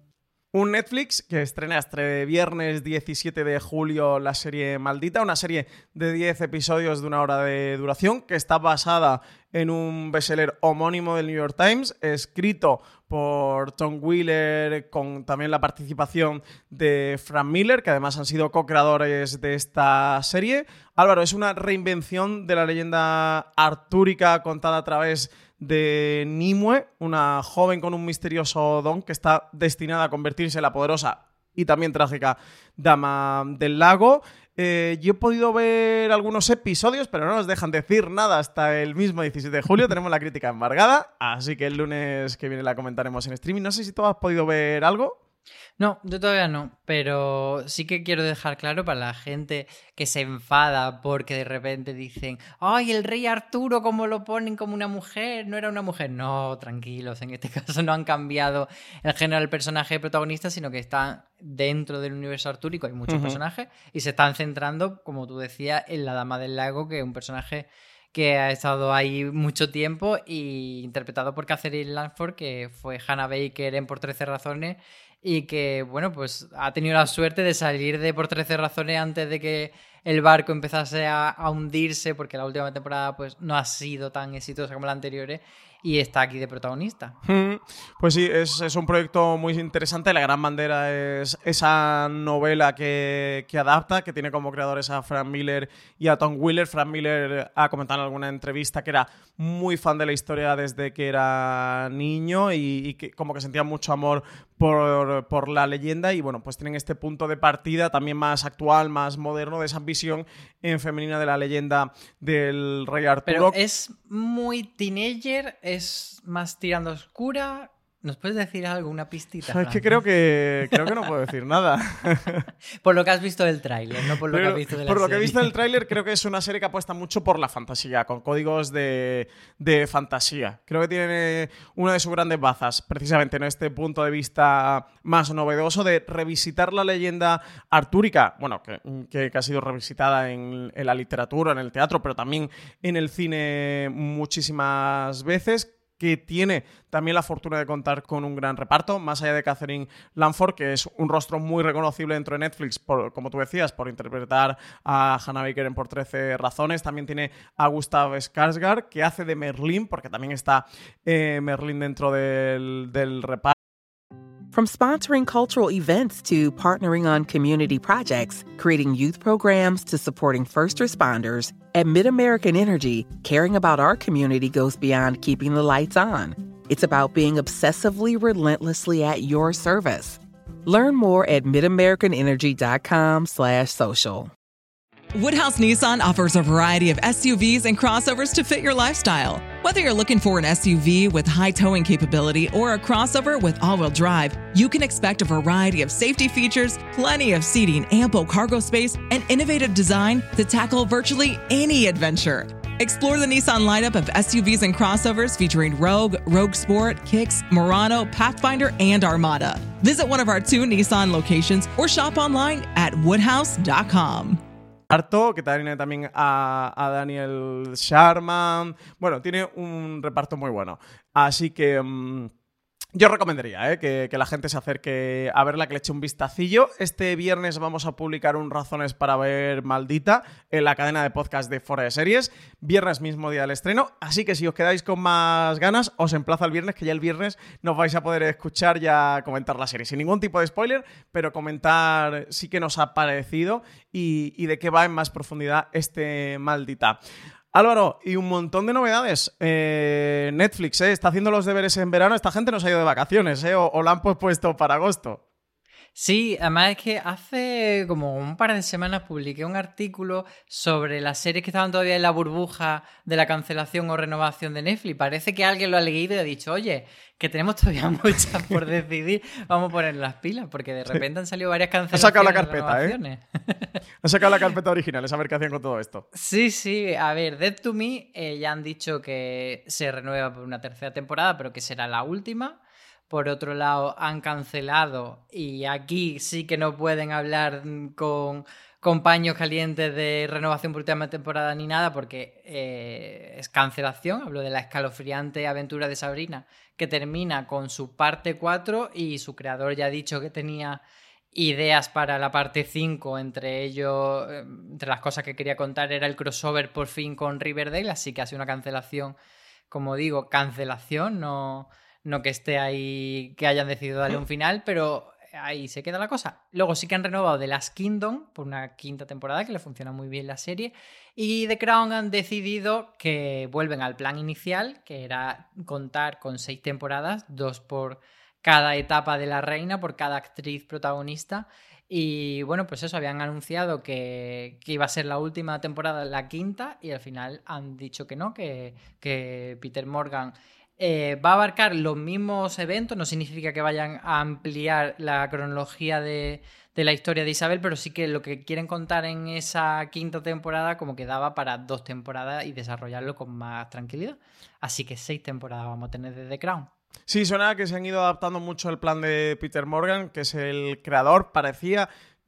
Un Netflix que estrena este viernes 17 de julio la serie Maldita, una serie de 10 episodios de 1 hora de duración que está basada en un bestseller homónimo del New York Times, escrito por Tom Wheeler, con también la participación de Frank Miller, que además han sido co-creadores de esta serie. Álvaro, es una reinvención de la leyenda artúrica contada a través de Nimue, una joven con un misterioso don que está destinada a convertirse en la poderosa y también trágica Dama del Lago. Yo he podido ver algunos episodios, pero no nos dejan decir nada hasta el mismo 17 de julio. Tenemos la crítica embargada, así que el lunes que viene la comentaremos en streaming. No sé si tú has podido ver algo. No, yo todavía no, pero sí que quiero dejar claro para la gente que se enfada porque de repente dicen ¡ay, el rey Arturo, cómo lo ponen como una mujer! No era una mujer. No, tranquilos, en este caso no han cambiado el género del personaje protagonista, sino que están dentro del universo artúrico, hay muchos personajes, y se están centrando, como tú decías, en la Dama del Lago, que es un personaje que ha estado ahí mucho tiempo y interpretado por Catherine Langford, que fue Hannah Baker en Por 13 razones, y que, bueno, pues ha tenido la suerte de salir de Por 13 razones antes de que el barco empezase a hundirse, porque la última temporada pues no ha sido tan exitosa como la anterior, y está aquí de protagonista. Pues sí, es un proyecto muy interesante. La gran bandera es esa novela que adapta, que tiene como creadores a Frank Miller y a Tom Wheeler. Frank Miller ha comentado en alguna entrevista que era muy fan de la historia desde que era niño y que como que sentía mucho amor por la leyenda, y bueno, pues tienen este punto de partida también más actual, más moderno, de esa visión en femenina de la leyenda del rey Arturo. Pero es muy teenager, es más tirando oscura. ¿Nos puedes decir algo, una pistita? Es que creo que no puedo decir nada. Por lo que has visto del tráiler, no por lo que has visto de la serie. Por lo que he visto del tráiler, creo que es una serie que apuesta mucho por la fantasía, con códigos de fantasía. Creo que tiene una de sus grandes bazas, precisamente en este punto de vista más novedoso de revisitar la leyenda artúrica, bueno, que ha sido revisitada en la literatura, en el teatro, pero también en el cine muchísimas veces, que tiene también la fortuna de contar con un gran reparto, más allá de Catherine Langford, que es un rostro muy reconocible dentro de Netflix, como tú decías, por interpretar a Hannah Baker en Por 13 razones. También tiene a Gustav Skarsgård, que hace de Merlín, porque también está Merlín dentro del reparto. From sponsoring cultural events to partnering on community projects, creating youth programs to supporting first responders, at MidAmerican Energy, caring about our community goes beyond keeping the lights on. It's about being obsessively relentlessly at your service. Learn more at midamericanenergy.com/social. Woodhouse Nissan offers a variety of SUVs and crossovers to fit your lifestyle. Whether you're looking for an SUV with high towing capability or a crossover with all-wheel drive, you can expect a variety of safety features, plenty of seating, ample cargo space, and innovative design to tackle virtually any adventure. Explore the Nissan lineup of SUVs and crossovers featuring Rogue, Rogue Sport, Kicks, Murano, Pathfinder, and Armada. Visit one of our 2 Nissan locations or shop online at woodhouse.com. Que tiene también a Daniel Sharman. Bueno, tiene un reparto muy bueno. Así que yo recomendaría que la gente se acerque a verla, que le eche un vistacillo. Este viernes vamos a publicar un Razones para ver Maldita en la cadena de podcast de Fuera de Series. Viernes mismo día del estreno. Así que si os quedáis con más ganas, os emplazo al viernes, que ya el viernes nos vais a poder escuchar ya comentar la serie. Sin ningún tipo de spoiler, pero comentar sí que nos ha parecido y de qué va en más profundidad este Maldita. Álvaro, y un montón de novedades. Netflix está haciendo los deberes en verano. Esta gente no se ha ido de vacaciones, o la han pospuesto para agosto. Sí, además es que hace como un par de semanas publiqué un artículo sobre las series que estaban todavía en la burbuja de la cancelación o renovación de Netflix. Parece que alguien lo ha leído y ha dicho, oye, que tenemos todavía muchas por decidir, vamos a poner las pilas, porque de repente han salido varias cancelaciones. Ha sacado la carpeta, Ha sacado la carpeta original, a ver qué hacían con todo esto. Sí, a ver, Dead to Me ya han dicho que se renueva por una tercera temporada, pero que será la última. Por otro lado, han cancelado, y aquí sí que no pueden hablar con con paños calientes de renovación por última temporada ni nada, porque es cancelación. Hablo de la escalofriante aventura de Sabrina, que termina con su parte 4 y su creador ya ha dicho que tenía ideas para la parte 5, entre ellos, entre las cosas que quería contar era el crossover por fin con Riverdale, así que ha sido una cancelación, como digo, cancelación, no que esté ahí, que hayan decidido darle un final, pero ahí se queda la cosa. Luego sí que han renovado The Last Kingdom por una 5ª temporada, que le funciona muy bien la serie, y The Crown han decidido que vuelven al plan inicial, que era contar con 6 temporadas, 2 por cada etapa de la reina, por cada actriz protagonista. Y bueno, pues eso, habían anunciado que iba a ser la última temporada, la 5ª, y al final han dicho que no, que Peter Morgan va a abarcar los mismos eventos. No significa que vayan a ampliar la cronología de la historia de Isabel, pero sí que lo que quieren contar en esa 5ª temporada como que daba para 2 temporadas y desarrollarlo con más tranquilidad. Así que 6 temporadas vamos a tener de The Crown. Sí, suena que se han ido adaptando mucho al plan de Peter Morgan, que es el creador. Parecía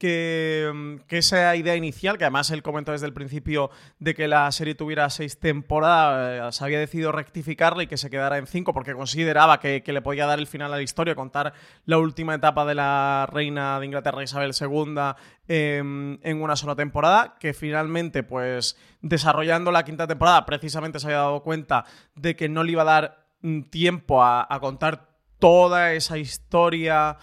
que esa idea inicial, que además él comentó desde el principio de que la serie tuviera 6 temporadas, se había decidido rectificarla y que se quedara en 5 porque consideraba que le podía dar el final a la historia, contar la última etapa de la reina de Inglaterra Isabel II en una sola temporada, que finalmente, pues desarrollando la 5ª temporada, precisamente se había dado cuenta de que no le iba a dar tiempo a contar toda esa historia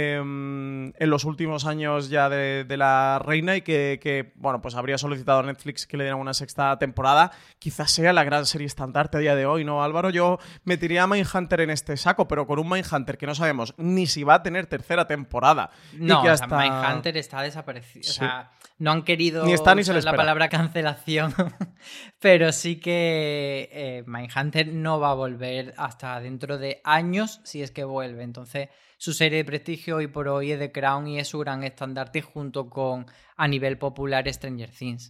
en los últimos años ya de la reina, y que bueno, pues habría solicitado a Netflix que le dieran una 6ª temporada. Quizás sea la gran serie estandarte a día de hoy, ¿no, Álvaro? Yo metería a Mindhunter en este saco, pero con un Mindhunter que no sabemos ni si va a tener 3ª temporada. No, y que hasta... Mindhunter está desaparecido. Sí. O sea, no han querido ni está, ni se le la palabra cancelación, pero sí que Mindhunter no va a volver hasta dentro de años, si es que vuelve. Entonces, su serie de prestigio hoy por hoy es The Crown y es su gran estandarte, junto con, a nivel popular, Stranger Things.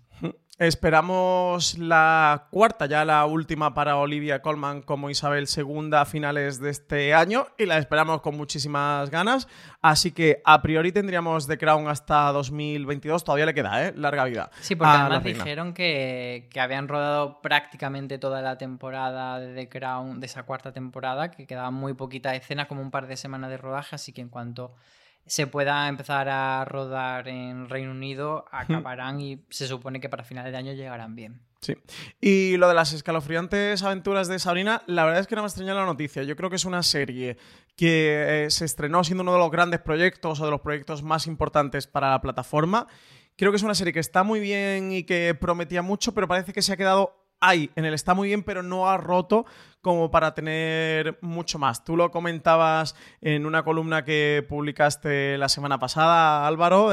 Esperamos la 4ª, ya la última para Olivia Colman como Isabel II a finales de este año, y la esperamos con muchísimas ganas. Así que a priori tendríamos The Crown hasta 2022. Todavía le queda, larga vida. Sí, porque además dijeron que habían rodado prácticamente toda la temporada de The Crown, de esa 4ª temporada, que quedaban muy poquitas escenas, como un par de semanas de rodaje, así que en cuanto se pueda empezar a rodar en Reino Unido, acabarán y se supone que para finales de año llegarán bien. Sí. Y lo de las escalofriantes aventuras de Sabrina, la verdad es que no me extraña la noticia. Yo creo que es una serie que se estrenó siendo uno de los grandes proyectos o de los proyectos más importantes para la plataforma. Creo que es una serie que está muy bien y que prometía mucho, pero parece que se ha quedado ahí, en el está muy bien, pero no ha roto como para tener mucho más. Tú lo comentabas en una columna que publicaste la semana pasada, Álvaro,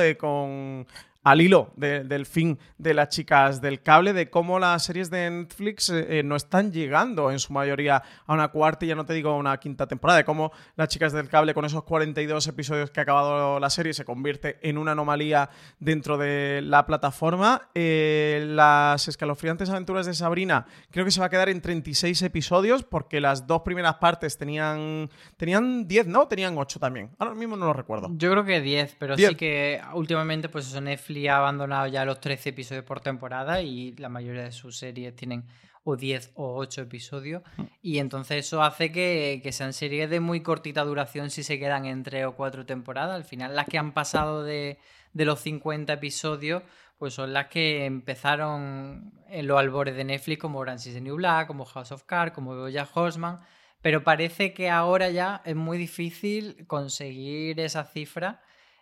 al hilo del fin de las chicas del cable, de cómo las series de Netflix no están llegando en su mayoría a una 4ª y ya no te digo a una 5ª temporada, de cómo las chicas del cable, con esos 42 episodios que ha acabado la serie, se convierte en una anomalía dentro de la plataforma. Las escalofriantes aventuras de Sabrina creo que se va a quedar en 36 episodios, porque las 2 primeras partes tenían 10, ¿no? Tenían 8 también. Ahora mismo no lo recuerdo. Yo creo que 10, pero 10. Sí que últimamente pues eso, Netflix ha abandonado ya los 13 episodios por temporada y la mayoría de sus series tienen o 10 o 8 episodios, y entonces eso hace que sean series de muy cortita duración si se quedan en 3 o 4 temporadas. Al final las que han pasado de los 50 episodios pues son las que empezaron en los albores de Netflix, como Orange is the New Black, como House of Cards, como BoJack Horseman, pero parece que ahora ya es muy difícil conseguir esa cifra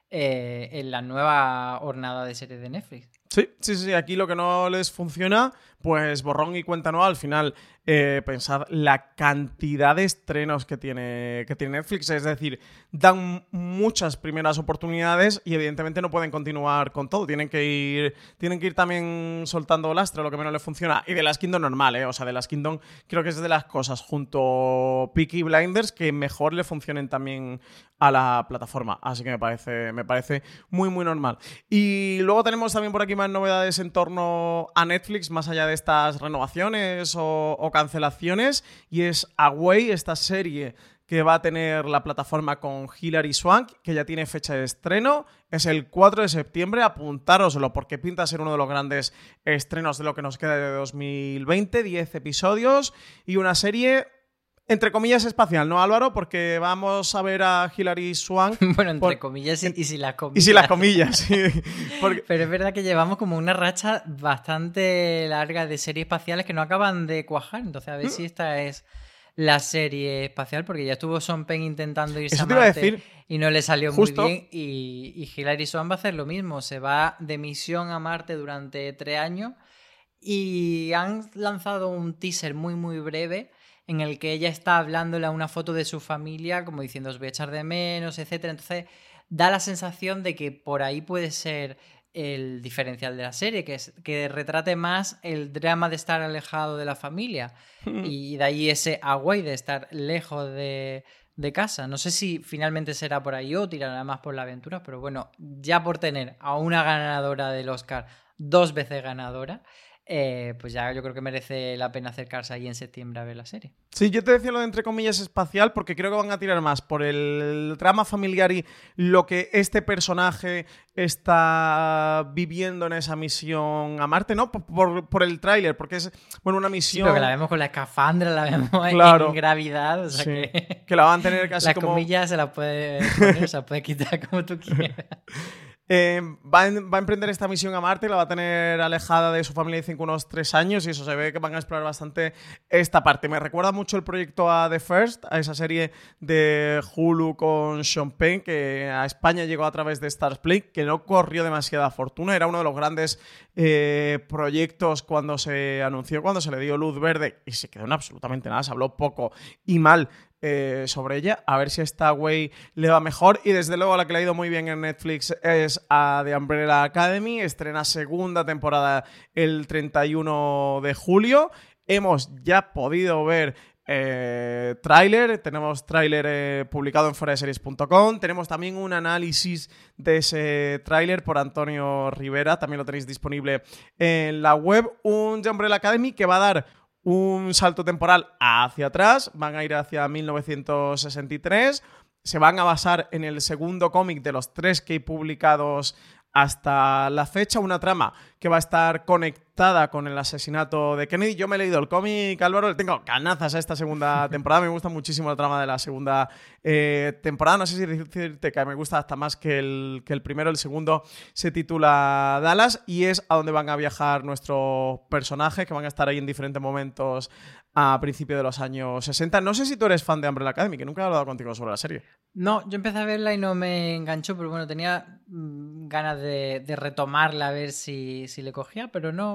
en la nueva hornada de series de Netflix. Sí, aquí lo que no les funciona, pues borrón y cuenta nueva. Al final, pensad la cantidad de estrenos que tiene Netflix, es decir, dan muchas primeras oportunidades y evidentemente no pueden continuar con todo, tienen que ir también soltando lastre, lo que menos les funciona. Y The Last Kingdom normal, o sea, The Last Kingdom creo que es de las cosas, junto a Peaky Blinders, que mejor le funcionen también a la plataforma, así que me parece muy muy normal. Y luego tenemos también por aquí más novedades en torno a Netflix, más allá de estas renovaciones o cancelaciones, y es Away, esta serie que va a tener la plataforma con Hilary Swank, que ya tiene fecha de estreno. Es el 4 de septiembre, apuntároslo porque pinta ser uno de los grandes estrenos de lo que nos queda de 2020. 10 episodios y una serie, entre comillas, espacial, ¿no, Álvaro? Porque vamos a ver a Hilary Swank. Bueno, entre comillas y si las comillas. Y si las comillas, sí. Porque... Pero es verdad que llevamos como una racha bastante larga de series espaciales que no acaban de cuajar. Entonces, a ver si esta es la serie espacial, porque ya estuvo Sean Penn intentando irse a Marte y no le salió justo. Muy bien. Y Hilary Swank va a hacer lo mismo. Se va de misión a Marte durante 3 años y han lanzado un teaser muy, muy breve en el que ella está hablándole a una foto de su familia, como diciendo os voy a echar de menos, etc. Entonces da la sensación de que por ahí puede ser el diferencial de la serie, que retrate más el drama de estar alejado de la familia y de ahí ese agua y de estar lejos de casa. No sé si finalmente será por ahí o tirará más por la aventura, pero bueno, ya por tener a una ganadora del Oscar 2 veces ganadora, pues ya yo creo que merece la pena acercarse ahí en septiembre a ver la serie. Sí, yo te decía lo de entre comillas espacial porque creo que van a tirar más por el drama familiar y lo que este personaje está viviendo en esa misión a Marte, ¿no? Por el tráiler, porque es, bueno, una misión... Sí, pero que la vemos con la escafandra, la vemos en gravidad, o sea sí, que la van a tener casi las como... Las comillas se las puede poner, se las puede quitar como tú quieras. Va a emprender esta misión a Marte, la va a tener alejada de su familia, dicen que unos 3 años, y eso se ve que van a explorar bastante esta parte. Me recuerda mucho el proyecto a The First, a esa serie de Hulu con Sean Penn, que a España llegó a través de Starzplay, que no corrió demasiada fortuna, era uno de los grandes proyectos cuando se anunció, cuando se le dio luz verde, y se quedó en absolutamente nada, se habló poco y mal sobre ella, a ver si a esta güey le va mejor. Y desde luego la que le ha ido muy bien en Netflix es a The Umbrella Academy, estrena segunda temporada el 31 de julio. Hemos ya podido ver tráiler, tenemos tráiler publicado en foradeseries.com, tenemos también un análisis de ese tráiler por Antonio Rivera, también lo tenéis disponible en la web. Un The Umbrella Academy que va a dar un salto temporal hacia atrás, van a ir hacia 1963, se van a basar en el segundo cómic de los 3 que hay publicados hasta la fecha, una trama que va a estar conectada con el asesinato de Kennedy. Yo me he leído el cómic, Álvaro, le tengo ganazas a esta segunda temporada, me gusta muchísimo la trama de la segunda temporada, no sé si decirte que me gusta hasta más que el primero. El segundo se titula Dallas y es a donde van a viajar nuestros personajes, que van a estar ahí en diferentes momentos a principios de los años 60. No sé si tú eres fan de Umbrella Academy, que nunca he hablado contigo sobre la serie. No, yo empecé a verla y no me enganchó, pero bueno, tenía ganas de retomarla a ver si le cogía, pero no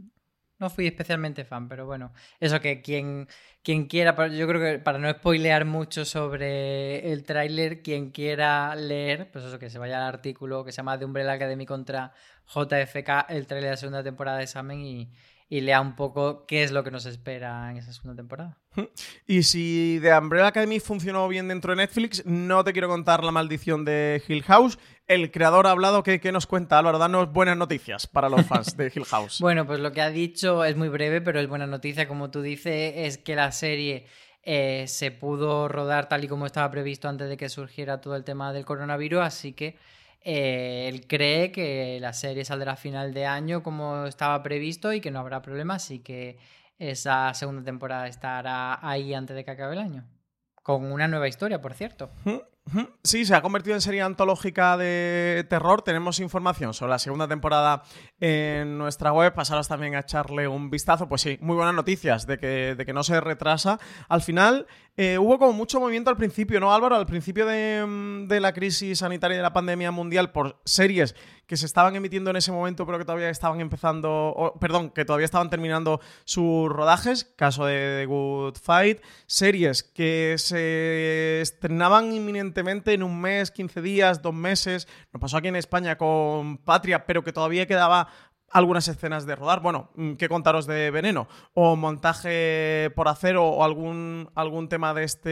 fui especialmente fan. Pero bueno, eso que quien quiera, yo creo que para no spoilear mucho sobre el tráiler, quien quiera leer, pues eso, que se vaya al artículo que se llama The Umbrella Academy contra JFK, el tráiler de la segunda temporada de Examen y lea un poco qué es lo que nos espera en esa segunda temporada. Y si The Umbrella Academy funcionó bien dentro de Netflix, no te quiero contar la maldición de Hill House. El creador ha hablado, ¿qué nos cuenta, Álvaro? Danos buenas noticias para los fans de Hill House. Bueno, pues lo que ha dicho es muy breve, pero es buena noticia, como tú dices, es que la serie se pudo rodar tal y como estaba previsto antes de que surgiera todo el tema del coronavirus, así que él cree que la serie saldrá a final de año como estaba previsto y que no habrá problema, así que esa segunda temporada estará ahí antes de que acabe el año. Con una nueva historia, por cierto. Sí, se ha convertido en serie antológica de terror. Tenemos información sobre la segunda temporada en nuestra web. Pasaros también a echarle un vistazo. Pues sí, muy buenas noticias de que no se retrasa. Al final hubo como mucho movimiento al principio, ¿no, Álvaro? Al principio de la crisis sanitaria y de la pandemia mundial por series que se estaban emitiendo en ese momento pero que todavía estaban que todavía estaban terminando sus rodajes. Caso de The Good Fight. Series que se estrenaban inminentemente en un mes, 15 días, 2 meses. Nos pasó aquí en España con Patria, pero que todavía quedaba algunas escenas de rodar. Bueno, ¿qué contaros de Veneno? O montaje por hacer o algún tema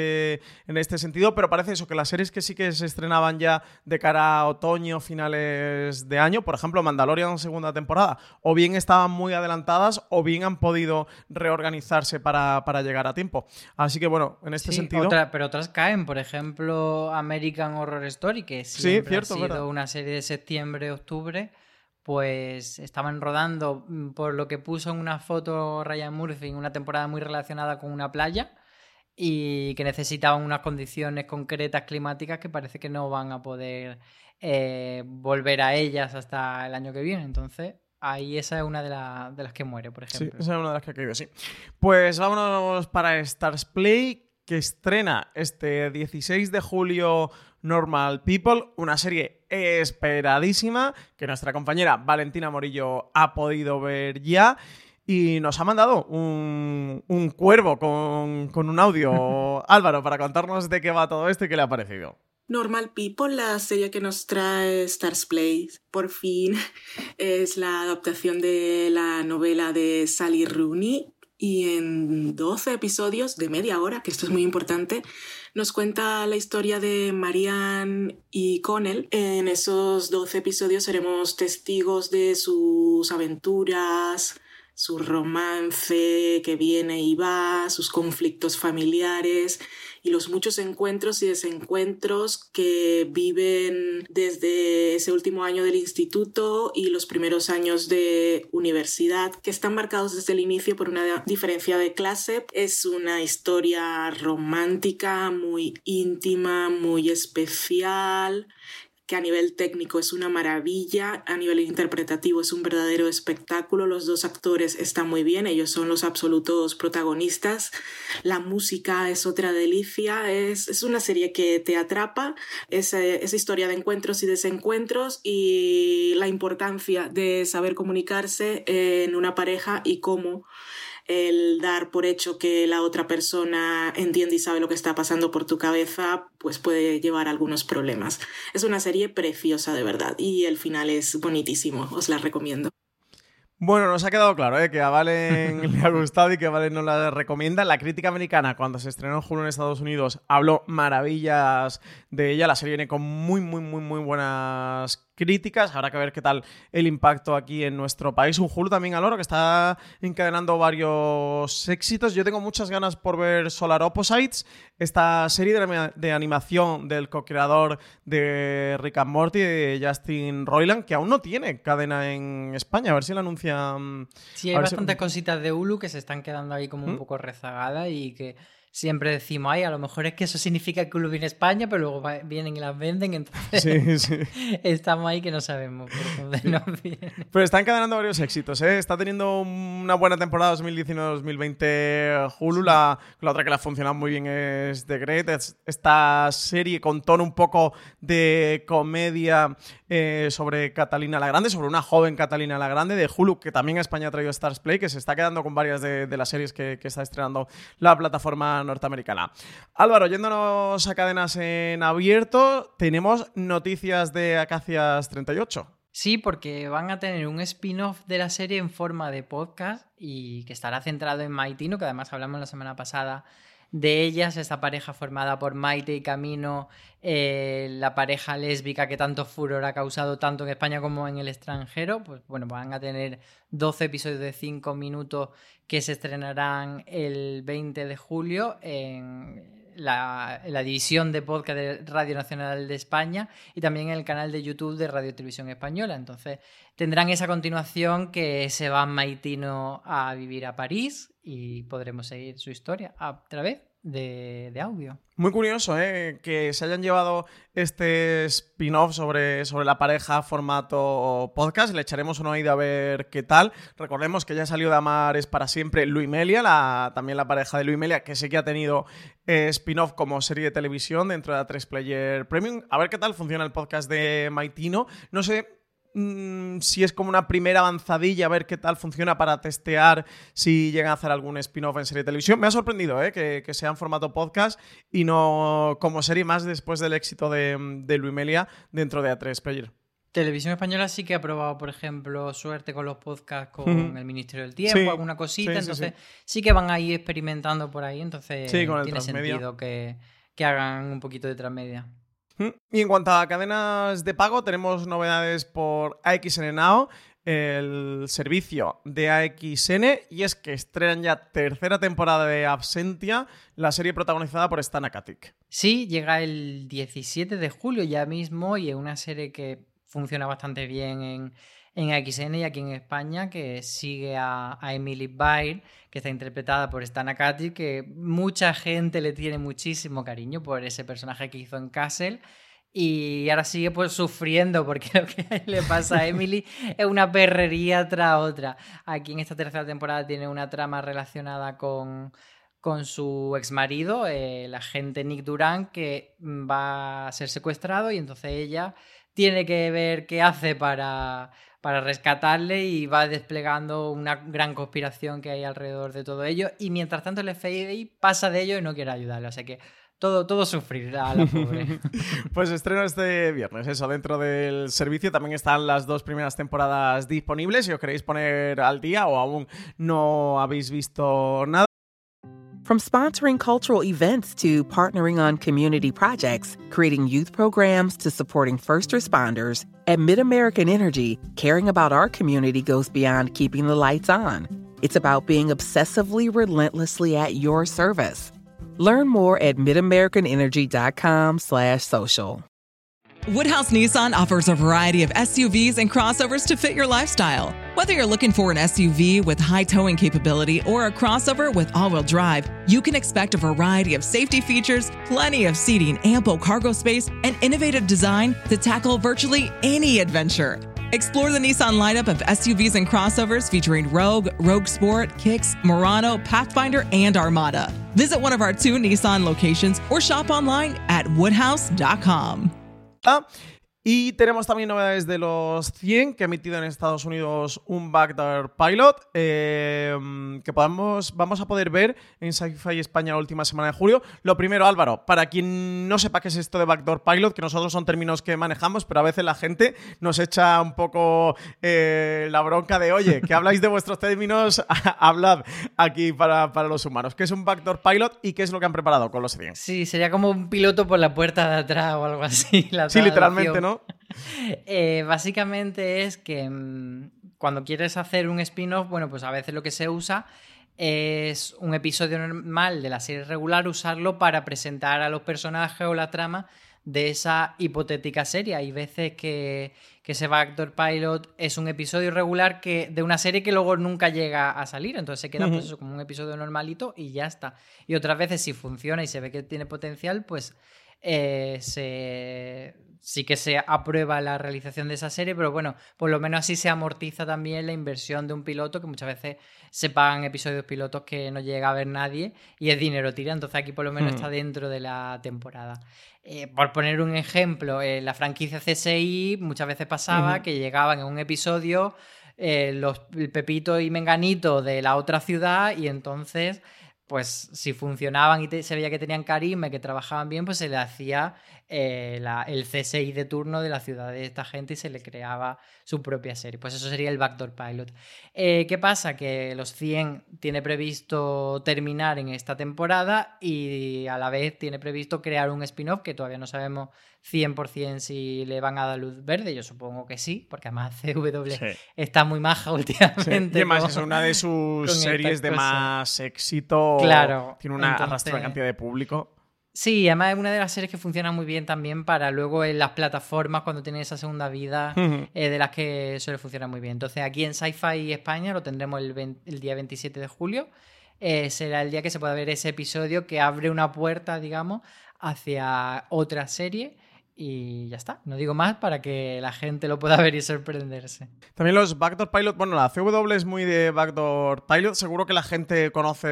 en este sentido, pero parece eso, que las series que sí que se estrenaban ya de cara a otoño, finales de año, por ejemplo, Mandalorian segunda temporada, o bien estaban muy adelantadas o bien han podido reorganizarse para llegar a tiempo. Así que bueno, en este sentido... Pero otras caen, por ejemplo, American Horror Story, que siempre ha sido ¿verdad? Una serie de septiembre-octubre, pues estaban rodando, por lo que puso en una foto Ryan Murphy, en una temporada muy relacionada con una playa y que necesitaban unas condiciones concretas climáticas que parece que no van a poder volver a ellas hasta el año que viene. Entonces, ahí esa es una de las que muere, por ejemplo. Sí, esa es una de las que ha caído, sí. Pues vámonos para Stars Play, que estrena este 16 de julio Normal People, una serie esperadísima que nuestra compañera Valentina Morillo ha podido ver ya y nos ha mandado un cuervo con un audio. Álvaro, para contarnos de qué va todo esto y qué le ha parecido. Normal People, la serie que nos trae Stars Play, por fin es la adaptación de la novela de Sally Rooney. Y en 12 episodios de media hora, que esto es muy importante, nos cuenta la historia de Marianne y Connell. En esos 12 episodios seremos testigos de sus aventuras, su romance que viene y va, sus conflictos familiares y los muchos encuentros y desencuentros que viven desde ese último año del instituto y los primeros años de universidad, que están marcados desde el inicio por una diferencia de clase. Es una historia romántica, muy íntima, muy especial, que a nivel técnico es una maravilla, a nivel interpretativo es un verdadero espectáculo. Los dos actores están muy bien, ellos son los absolutos protagonistas. La música es otra delicia, es una serie que te atrapa, esa historia de encuentros y desencuentros y la importancia de saber comunicarse en una pareja y cómo el dar por hecho que la otra persona entiende y sabe lo que está pasando por tu cabeza, pues puede llevar a algunos problemas. Es una serie preciosa de verdad y el final es bonitísimo, os la recomiendo. Bueno, nos ha quedado claro que a Valen le ha gustado y que Valen nos la recomienda. La crítica americana, cuando se estrenó en julio en Estados Unidos, habló maravillas de ella. La serie viene con muy buenas críticas. Habrá que ver qué tal el impacto aquí en nuestro país. Un Hulu también al oro que está encadenando varios éxitos. Yo tengo muchas ganas por ver Solar Opposites, esta serie de animación del co-creador de Rick and Morty, de Justin Roiland, que aún no tiene cadena en España. A ver si la anuncian. Sí, hay bastantes cositas de Hulu que se están quedando ahí como un poco rezagadas y que siempre decimos, a lo mejor es que eso significa que Hulu viene a España, pero luego vienen y las venden, entonces sí. Estamos ahí que no sabemos por dónde nos viene. Pero está encadenando varios éxitos, ¿eh? Está teniendo una buena temporada 2019-2020 Hulu. La otra que le ha funcionado muy bien es The Great. Esta serie con tono un poco de comedia sobre Catalina la Grande, sobre una joven Catalina la Grande de Hulu, que también a España ha traído Stars Play, que se está quedando con varias de las series que está estrenando la plataforma norteamericana. Álvaro, yéndonos a cadenas en abierto, tenemos noticias de Acacias 38. Sí, porque van a tener un spin-off de la serie en forma de podcast y que estará centrado en Maitino, que además hablamos la semana pasada de ellas, esta pareja formada por Maite y Camino, la pareja lésbica que tanto furor ha causado tanto en España como en el extranjero. Pues bueno, van a tener 12 episodios de 5 minutos que se estrenarán el 20 de julio en la división de podcast de Radio Nacional de España y también en el canal de YouTube de Radio Televisión Española. Entonces tendrán esa continuación, que se va Maitino a vivir a París y podremos seguir su historia a través de audio. Muy curioso, que se hayan llevado este spin-off sobre la pareja formato podcast. Le echaremos una oída a ver qué tal. Recordemos que ya salió de Amar es para siempre Luimelia, también la pareja de Luimelia, que sí que ha tenido spin-off como serie de televisión dentro de la 3Player Premium. A ver qué tal funciona el podcast de Maitino. No sé si es como una primera avanzadilla, a ver qué tal funciona para testear si llegan a hacer algún spin-off en serie de televisión. Me ha sorprendido que sea en formato podcast y no como serie, más después del éxito de Luimelia dentro de A3 Player. Televisión Española sí que ha probado, por ejemplo, suerte con los podcasts con el Ministerio del Tiempo, alguna cosita, entonces sí que van ahí experimentando por ahí, entonces tiene sentido que hagan un poquito de transmedia. Y en cuanto a cadenas de pago, tenemos novedades por AXN Now, el servicio de AXN, y es que estrenan ya tercera temporada de Absentia, la serie protagonizada por Stana Katic. Sí, llega el 17 de julio ya mismo y es una serie que funciona bastante bien en AXN y aquí en España, que sigue a Emily Baird, que está interpretada por Stana Katic, que mucha gente le tiene muchísimo cariño por ese personaje que hizo en Castle. Y ahora sigue pues sufriendo porque lo que le pasa a Emily es una perrería tras otra. Aquí en esta tercera temporada tiene una trama relacionada con su exmarido, el agente Nick Duran, que va a ser secuestrado y entonces ella tiene que ver qué hace para rescatarle y va desplegando una gran conspiración que hay alrededor de todo ello. Y mientras tanto el FBI pasa de ello y no quiere ayudarle. O sea que todo sufrirá a la pobre. Pues estreno este viernes, eso, dentro del servicio también están las 2 primeras temporadas disponibles. Si os queréis poner al día o aún no habéis visto nada. From sponsoring cultural events to partnering on community projects, creating youth programs to supporting first responders, at MidAmerican Energy, caring about our community goes beyond keeping the lights on. It's about being obsessively relentlessly at your service. Learn more at midamericanenergy.com/social. Woodhouse Nissan offers a variety of SUVs and crossovers to fit your lifestyle. Whether you're looking for an SUV with high towing capability or a crossover with all-wheel drive, you can expect a variety of safety features, plenty of seating, ample cargo space, and innovative design to tackle virtually any adventure. Explore the Nissan lineup of SUVs and crossovers featuring Rogue, Rogue Sport, Kicks, Murano, Pathfinder, and Armada. Visit one of our 2 Nissan locations or shop online at woodhouse.com. Y tenemos también novedades de los 100, que ha emitido en Estados Unidos un Backdoor Pilot que vamos a poder ver en Sci-Fi España la última semana de julio. Lo primero, Álvaro, para quien no sepa qué es esto de Backdoor Pilot, que nosotros son términos que manejamos, pero a veces la gente nos echa un poco la bronca de, oye, que habláis de vuestros términos, hablad aquí para los humanos. ¿Qué es un Backdoor Pilot y qué es lo que han preparado con los 100? Sí, sería como un piloto por la puerta de atrás o algo así. Sí, literalmente, ¿no? Básicamente es que cuando quieres hacer un spin-off, bueno, pues a veces lo que se usa es un episodio normal de la serie regular, usarlo para presentar a los personajes o la trama de esa hipotética serie. Hay veces que ese Backdoor Pilot es un episodio regular de una serie que luego nunca llega a salir, entonces se queda pues eso, como un episodio normalito y ya está. Y otras veces, si funciona y se ve que tiene potencial, pues sí que se aprueba la realización de esa serie, pero bueno, por lo menos así se amortiza también la inversión de un piloto, que muchas veces se pagan episodios pilotos que no llega a ver nadie y es dinero tira, entonces aquí por lo menos está dentro de la temporada. Por poner un ejemplo, la franquicia CSI muchas veces pasaba que llegaban en un episodio el Pepito y Menganito de la otra ciudad y entonces pues si funcionaban y se veía que tenían carisma y que trabajaban bien, pues se le hacía el CSI de turno de la ciudad de esta gente y se le creaba su propia serie. Pues eso sería el Backdoor Pilot. ¿Qué pasa? Que los 100 tiene previsto terminar en esta temporada y a la vez tiene previsto crear un spin-off que todavía no sabemos 100% si le van a dar luz verde. Yo supongo que sí, porque además CW está muy maja últimamente. Sí. Y además es una de sus series de más éxito. Claro. Tiene una arrastrada cantidad de público. Sí, además es una de las series que funciona muy bien también para luego en las plataformas cuando tiene esa segunda vida, de las que suele funcionar muy bien. Entonces aquí en Sci-Fi España lo tendremos el día 27 de julio. Será el día que se pueda ver ese episodio que abre una puerta, digamos, hacia otra serie. Y ya está, no digo más para que la gente lo pueda ver y sorprenderse. También los Backdoor Pilot, bueno, la CW es muy de Backdoor Pilot, seguro que la gente conoce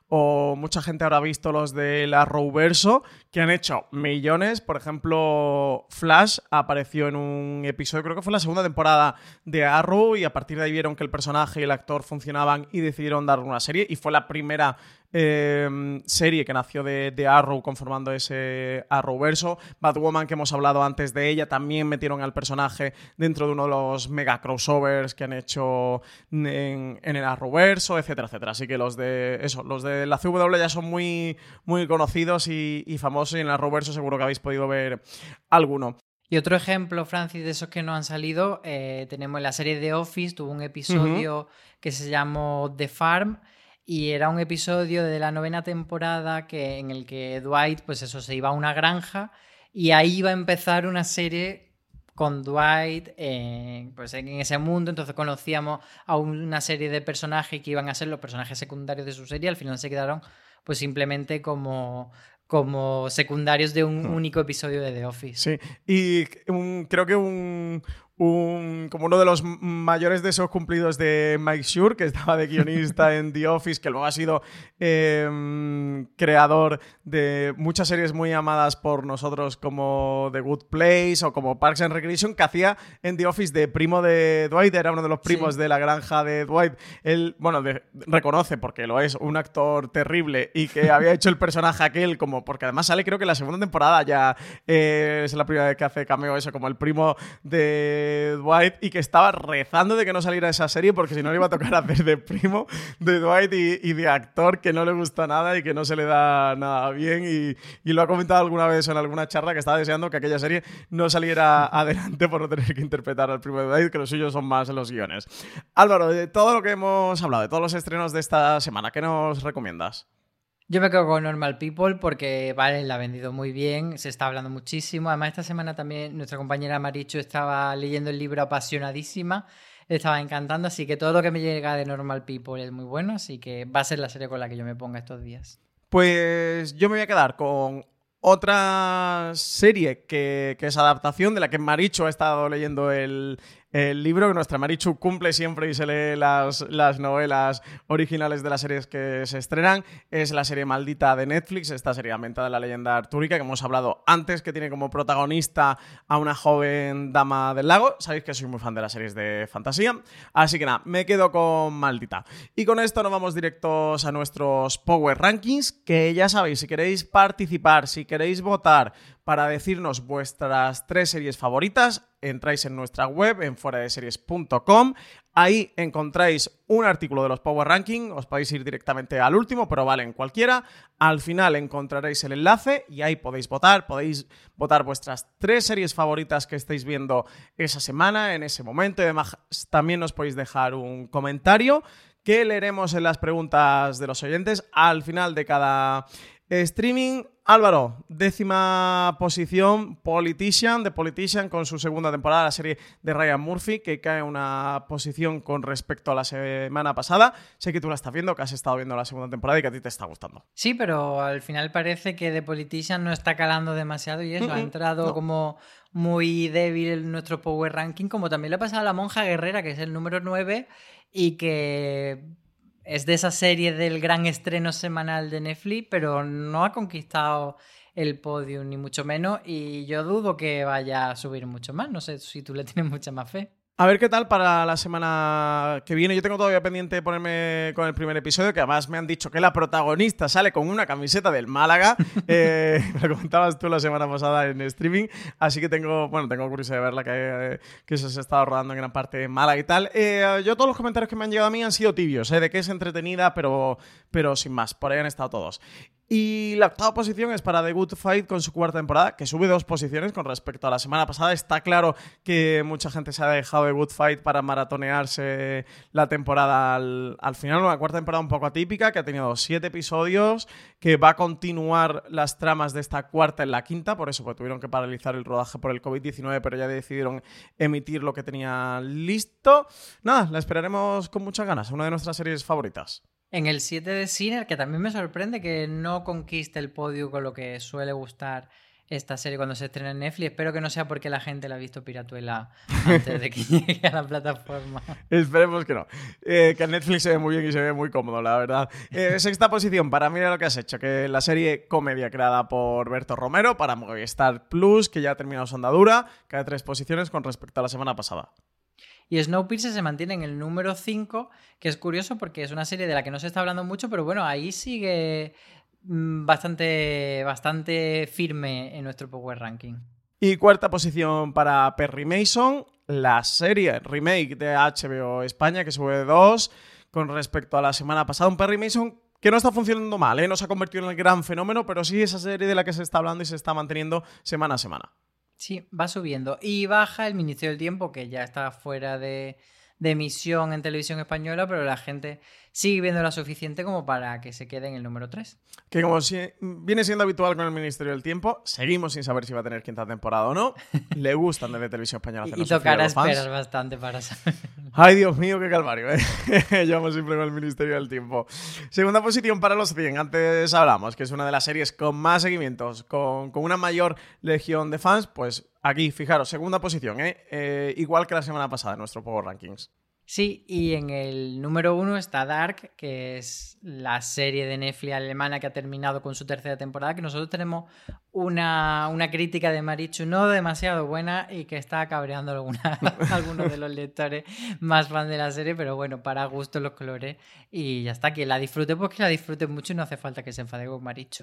o mucha gente habrá visto los del Arrowverso, que han hecho millones. Por ejemplo, Flash apareció en un episodio, creo que fue la segunda temporada de Arrow, y a partir de ahí vieron que el personaje y el actor funcionaban y decidieron darle una serie, y fue la primera serie que nació de Arrow conformando ese Arrowverso. Batwoman, que hemos hablado antes de ella, también metieron al personaje dentro de uno de los mega crossovers que han hecho en el Arrowverso, etcétera, etcétera. Así que los de la CW ya son muy, muy conocidos y famosos, y en el Arrowverso seguro que habéis podido ver alguno. Y otro ejemplo, Francis, de esos que no han salido, tenemos la serie The Office, tuvo un episodio que se llamó The Farm, y era un episodio de la 9ª temporada en el que Dwight, pues eso, se iba a una granja, y ahí iba a empezar una serie con Dwight pues en ese mundo. Entonces conocíamos a una serie de personajes que iban a ser los personajes secundarios de su serie. Al final se quedaron pues simplemente como secundarios de un único episodio de The Office. Sí, y creo que como uno de los mayores de esos cumplidos de Mike Schur, que estaba de guionista en The Office, que luego ha sido creador de muchas series muy amadas por nosotros, como The Good Place o como Parks and Recreation, que hacía en The Office de primo de Dwight. Era uno de los primos de la granja de Dwight. Él, reconoce, porque lo es, un actor terrible, y que había hecho el personaje aquel porque además sale, creo que en la segunda temporada ya es la primera vez que hace cameo eso, como el primo de Dwight, y que estaba rezando de que no saliera esa serie, porque si no le iba a tocar hacer de primo de Dwight y de actor que no le gusta nada y que no se le da nada bien, y lo ha comentado alguna vez en alguna charla, que estaba deseando que aquella serie no saliera adelante por no tener que interpretar al primo de Dwight, que los suyos son más en los guiones. Álvaro, de todo lo que hemos hablado, de todos los estrenos de esta semana, ¿qué nos recomiendas? Yo me quedo con Normal People porque, vale, la ha vendido muy bien, se está hablando muchísimo. Además, esta semana también nuestra compañera Marichu estaba leyendo el libro apasionadísima, le estaba encantando, así que todo lo que me llega de Normal People es muy bueno, así que va a ser la serie con la que yo me ponga estos días. Pues yo me voy a quedar con otra serie que es adaptación, de la que Marichu ha estado leyendo el libro, que nuestra Marichu cumple siempre y se lee las novelas originales de las series que se estrenan. Es la serie Maldita de Netflix, esta serie ambientada en la leyenda artúrica, que hemos hablado antes, que tiene como protagonista a una joven dama del lago. Sabéis que soy muy fan de las series de fantasía, así que nada, me quedo con Maldita. Y con esto nos vamos directos a nuestros Power Rankings, que ya sabéis, si queréis participar, si queréis votar para decirnos vuestras 3 series favoritas, entráis en nuestra web, en fueradeseries.com. Ahí encontráis un artículo de los Power Ranking. Os podéis ir directamente al último, pero vale en cualquiera. Al final encontraréis el enlace y ahí podéis votar. Podéis votar vuestras 3 series favoritas que estéis viendo esa semana, en ese momento. Y además también nos podéis dejar un comentario que leeremos en las preguntas de los oyentes al final de cada streaming. Álvaro, 10ª posición, The Politician, con su segunda temporada, la serie de Ryan Murphy, que cae una posición con respecto a la semana pasada. Sé que tú la estás viendo, que has estado viendo la segunda temporada y que a ti te está gustando. Sí, pero al final parece que The Politician no está calando demasiado y eso, ha entrado como muy débil en nuestro Power Ranking, como también le ha pasado a La Monja Guerrera, que es el número 9 y que es de esa serie del gran estreno semanal de Netflix, pero no ha conquistado el podium ni mucho menos, y yo dudo que vaya a subir mucho más. No sé si tú le tienes mucha más fe. A ver qué tal para la semana que viene. Yo tengo todavía pendiente de ponerme con el primer episodio, que además me han dicho que la protagonista sale con una camiseta del Málaga. Lo comentabas tú la semana pasada en streaming, así que tengo curiosidad de verla, que se ha estado rodando en gran parte en Málaga y tal. Yo todos los comentarios que me han llegado a mí han sido tibios, de que es entretenida, pero sin más. Por ahí han estado todos. Y la 8ª posición es para The Good Fight, con su 4ª temporada, que sube 2 posiciones con respecto a la semana pasada. Está claro que mucha gente se ha dejado de Good Fight para maratonearse la temporada al final. Una 4ª temporada un poco atípica, que ha tenido 7 episodios, que va a continuar las tramas de esta 4ª en la 5ª, por eso pues, tuvieron que paralizar el rodaje por el COVID-19, pero ya decidieron emitir lo que tenían listo. Nada, la esperaremos con muchas ganas, una de nuestras series favoritas. En el 7 de Sinner, que también me sorprende que no conquiste el podio con lo que suele gustar esta serie cuando se estrene en Netflix. Espero que no sea porque la gente la ha visto piratuela antes de que llegue a la plataforma. Esperemos que no. Que en Netflix se ve muy bien y se ve muy cómodo, la verdad. Sexta posición, para mí lo que has hecho, que la serie comedia creada por Berto Romero para Movistar Plus, que ya ha terminado su andadura, cae 3 posiciones con respecto a la semana pasada. Y Snowpiercer se mantiene en el número 5, que es curioso porque es una serie de la que no se está hablando mucho, pero bueno, ahí sigue bastante firme en nuestro Power Ranking. Y cuarta posición para Perry Mason, la serie remake de HBO España, que sube 2 con respecto a la semana pasada. Un Perry Mason que no está funcionando mal, ¿eh? No se ha convertido en el gran fenómeno, pero sí esa serie de la que se está hablando y se está manteniendo semana a semana. Sí, va subiendo. Y baja El Ministerio del Tiempo, que ya está fuera de emisión en televisión española, pero la gente sigue viendo lo suficiente como para que se quede en el número 3. Que como viene siendo habitual con El Ministerio del Tiempo, seguimos sin saber si va a tener quinta temporada o no. Le gustan desde televisión española. Y tocará esperar bastante para saber. Ay, Dios mío, qué calvario, ¿eh? Llevamos siempre con El Ministerio del Tiempo. Segunda posición para Los 100. Antes hablamos que es una de las series con más seguimientos, con una mayor legión de fans. Pues aquí, fijaros, segunda posición, igual que la semana pasada en nuestro Power Rankings. Sí, y en el número 1 está Dark, que es la serie de Netflix alemana que ha terminado con su tercera temporada, que nosotros tenemos una crítica de Marichu no demasiado buena y que está cabreando algunos de los lectores más fan de la serie, pero bueno, para gusto los colores y ya está, que la disfrute, pues que la disfrute mucho y no hace falta que se enfade con Marichu.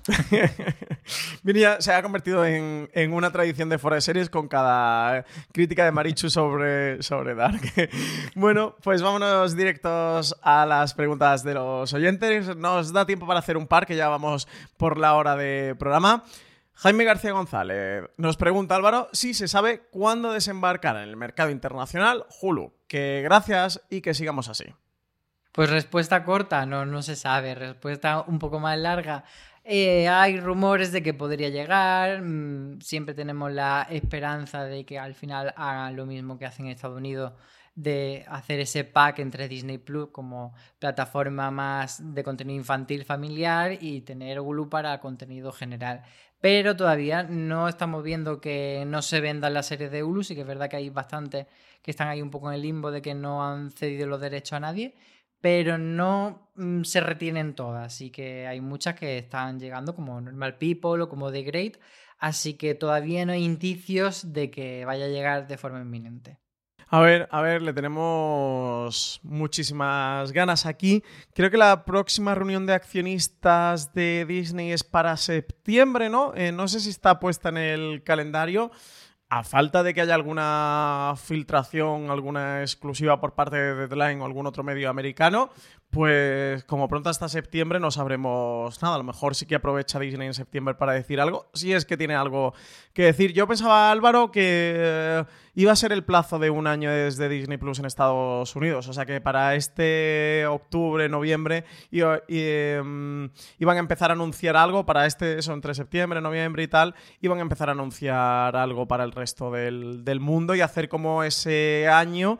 Mira, se ha convertido en una tradición de Fuera de Series con cada crítica de Marichu sobre Dark. Bueno, pues vámonos directos a las preguntas de los oyentes. Nos da tiempo para hacer un par, que ya vamos por la hora de programa. Jaime García González nos pregunta, Álvaro, si se sabe cuándo desembarcar en el mercado internacional Hulu. Que gracias y que sigamos así. Pues respuesta corta, no se sabe. Respuesta un poco más larga. Hay rumores de que podría llegar. Siempre tenemos la esperanza de que al final hagan lo mismo que hacen en Estados Unidos, de hacer ese pack entre Disney Plus como plataforma más de contenido infantil familiar y tener Hulu para contenido general. Pero todavía no estamos viendo que no se vendan las series de Hulu. Sí que es verdad que hay bastantes que están ahí un poco en el limbo de que no han cedido los derechos a nadie, pero no se retienen todas. Así que hay muchas que están llegando, como Normal People o como The Great. Así que todavía no hay indicios de que vaya a llegar de forma inminente. A ver, le tenemos muchísimas ganas aquí. Creo que la próxima reunión de accionistas de Disney es para septiembre, ¿no? No sé si está puesta en el calendario. A falta de que haya alguna filtración, alguna exclusiva por parte de Deadline o algún otro medio americano, pues como pronto hasta septiembre no sabremos nada. A lo mejor sí que aprovecha Disney en septiembre para decir algo, si es que tiene algo que decir. Yo pensaba, Álvaro, que iba a ser el plazo de 1 año desde Disney Plus en Estados Unidos. O sea que para este octubre, noviembre, iban a empezar a anunciar algo para eso entre septiembre, noviembre y tal. Iban a empezar a anunciar algo para el resto del mundo y hacer como ese año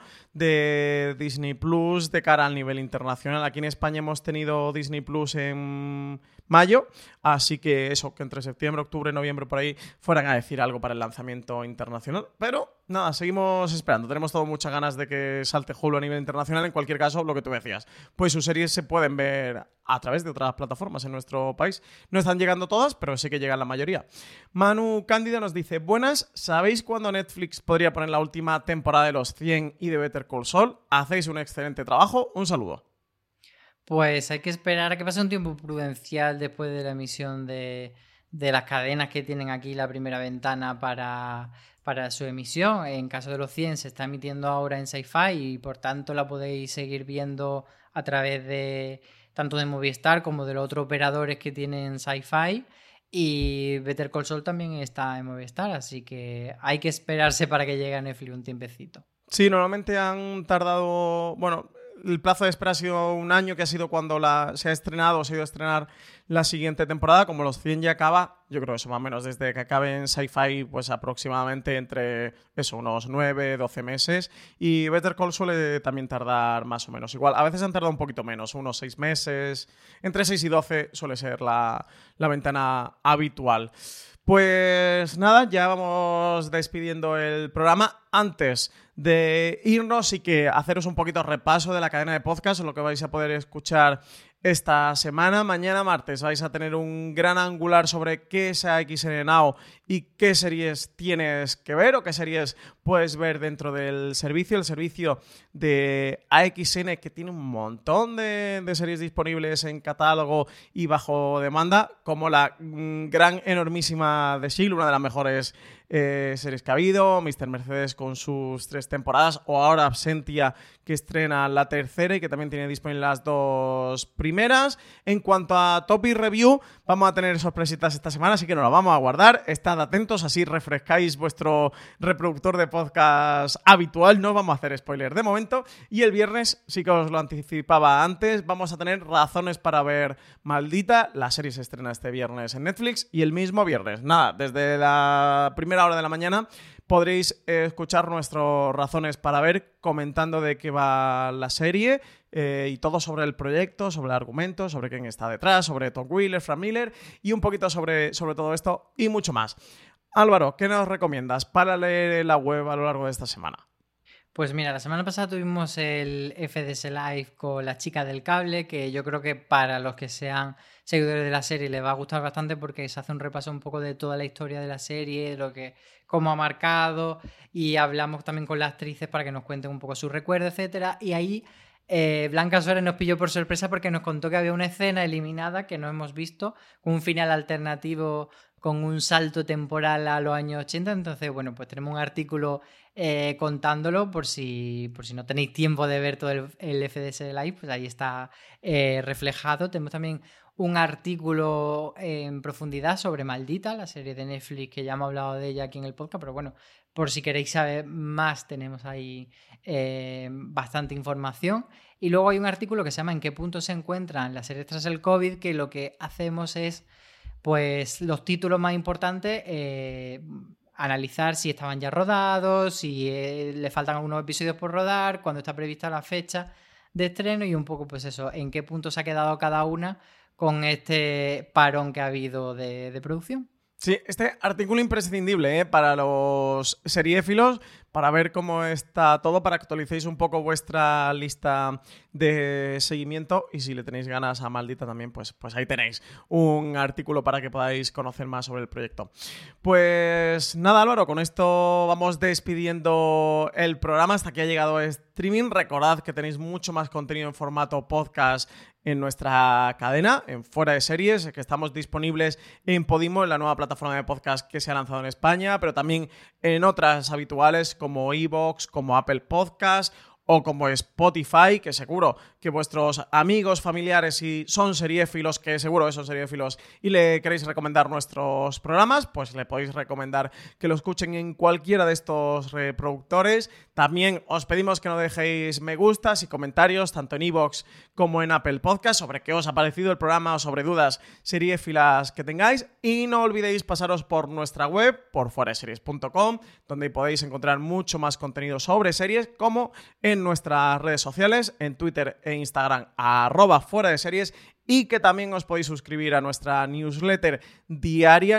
de Disney Plus de cara al nivel internacional. Aquí en España hemos tenido Disney Plus en mayo, así que eso, que entre septiembre, octubre, noviembre por ahí fueran a decir algo para el lanzamiento internacional. Pero nada, seguimos esperando. Tenemos todo muchas ganas de que salte Hulu a nivel internacional. En cualquier caso, lo que tú decías, pues sus series se pueden ver a través de otras plataformas en nuestro país. No están llegando todas, pero sí que llegan la mayoría. Manu Cándido nos dice, buenas, ¿sabéis cuándo Netflix podría poner la última temporada de Los 100 y de Better Call Saul? Hacéis un excelente trabajo, un saludo. Pues hay que esperar a que pase un tiempo prudencial después de la emisión de las cadenas que tienen aquí la primera ventana para su emisión. En caso de Los 100 se está emitiendo ahora en Sci-Fi y por tanto la podéis seguir viendo a través de tanto de Movistar como de los otros operadores que tienen Sci-Fi. Y Better Call Saul también está en Movistar, así que hay que esperarse para que llegue a Netflix un tiempecito. Sí, normalmente han tardado... Bueno, el plazo de espera ha sido 1 año, que ha sido cuando se ha ido a estrenar la siguiente temporada. Como los 100 ya acaba, yo creo eso más o menos, desde que acabe en Sci-Fi, pues aproximadamente entre eso, unos 9, 12 meses. Y Better Call suele también tardar más o menos igual. A veces han tardado un poquito menos, unos 6 meses. Entre 6 y 12 suele ser la ventana habitual. Pues nada, ya vamos despidiendo el programa. Antes de irnos y que haceros un poquito repaso de la cadena de podcast, lo que vais a poder escuchar esta semana. Mañana martes vais a tener un gran angular sobre qué es AXN Now y qué series tienes que ver o qué series puedes ver dentro del servicio. El servicio de AXN, que tiene un montón de series disponibles en catálogo y bajo demanda, como la gran, enormísima The Shield, una de las mejores series que ha habido, Mr. Mercedes con sus 3 temporadas, o ahora Absentia, que estrena la tercera y que también tiene disponibles las 2 primeras. En cuanto a Topic Review, vamos a tener sorpresitas esta semana, así que nos las vamos a guardar. Estad atentos, así refrescáis vuestro reproductor de podcast habitual. No vamos a hacer spoiler de momento. Y el viernes, sí que os lo anticipaba antes, vamos a tener razones para ver Maldita. La serie se estrena este viernes en Netflix y el mismo viernes, nada, desde la primera hora de la mañana podréis escuchar nuestras razones para ver, comentando de qué va la serie y todo sobre el proyecto, sobre el argumento, sobre quién está detrás, sobre Tom Wheeler, Frank Miller y un poquito sobre todo esto y mucho más. Álvaro, ¿qué nos recomiendas para leer en la web a lo largo de esta semana? Pues mira, la semana pasada tuvimos el FDS Live con la chica del cable, que yo creo que para los que sean seguidores de la serie les va a gustar bastante porque se hace un repaso un poco de toda la historia de la serie, cómo ha marcado, y hablamos también con las actrices para que nos cuenten un poco sus recuerdos, etcétera. Y ahí Blanca Suárez nos pilló por sorpresa porque nos contó que había una escena eliminada que no hemos visto, con un final alternativo con un salto temporal a los años 80. Entonces, bueno, pues tenemos un artículo contándolo por si no tenéis tiempo de ver todo el FDS Live, pues ahí está reflejado. Tenemos también un artículo en profundidad sobre Maldita, la serie de Netflix, que ya hemos hablado de ella aquí en el podcast, pero bueno, por si queréis saber más, tenemos ahí bastante información. Y luego hay un artículo que se llama ¿En qué punto se encuentran las series tras el COVID?, que lo que hacemos es, pues, los títulos más importantes, analizar si estaban ya rodados, si le faltan algunos episodios por rodar, cuándo está prevista la fecha de estreno y un poco, pues eso, en qué punto se ha quedado cada una con este parón que ha habido de producción. Sí, este artículo imprescindible para los seriéfilos, para ver cómo está todo, para que actualicéis un poco vuestra lista de seguimiento, y si le tenéis ganas a Maldita también, pues ahí tenéis un artículo para que podáis conocer más sobre el proyecto. Pues nada, Álvaro, con esto vamos despidiendo el programa. Hasta aquí ha llegado streaming. Recordad que tenéis mucho más contenido en formato podcast en nuestra cadena, en Fuera de Series, que estamos disponibles en Podimo, en la nueva plataforma de podcast que se ha lanzado en España, pero también en otras habituales como iVoox, como Apple Podcast o como Spotify, que seguro que vuestros amigos, familiares, si son seriéfilos, que seguro que son seriéfilos y le queréis recomendar nuestros programas, pues le podéis recomendar que lo escuchen en cualquiera de estos reproductores. También os pedimos que nos dejéis me gustas y comentarios tanto en iVoox como en Apple Podcast sobre qué os ha parecido el programa o sobre dudas seriéfilas que tengáis. Y no olvidéis pasaros por nuestra web, por fueradeseries.com, donde podéis encontrar mucho más contenido sobre series, como en nuestras redes sociales, en Twitter e Instagram, @fueradeseries, y que también os podéis suscribir a nuestra newsletter diaria,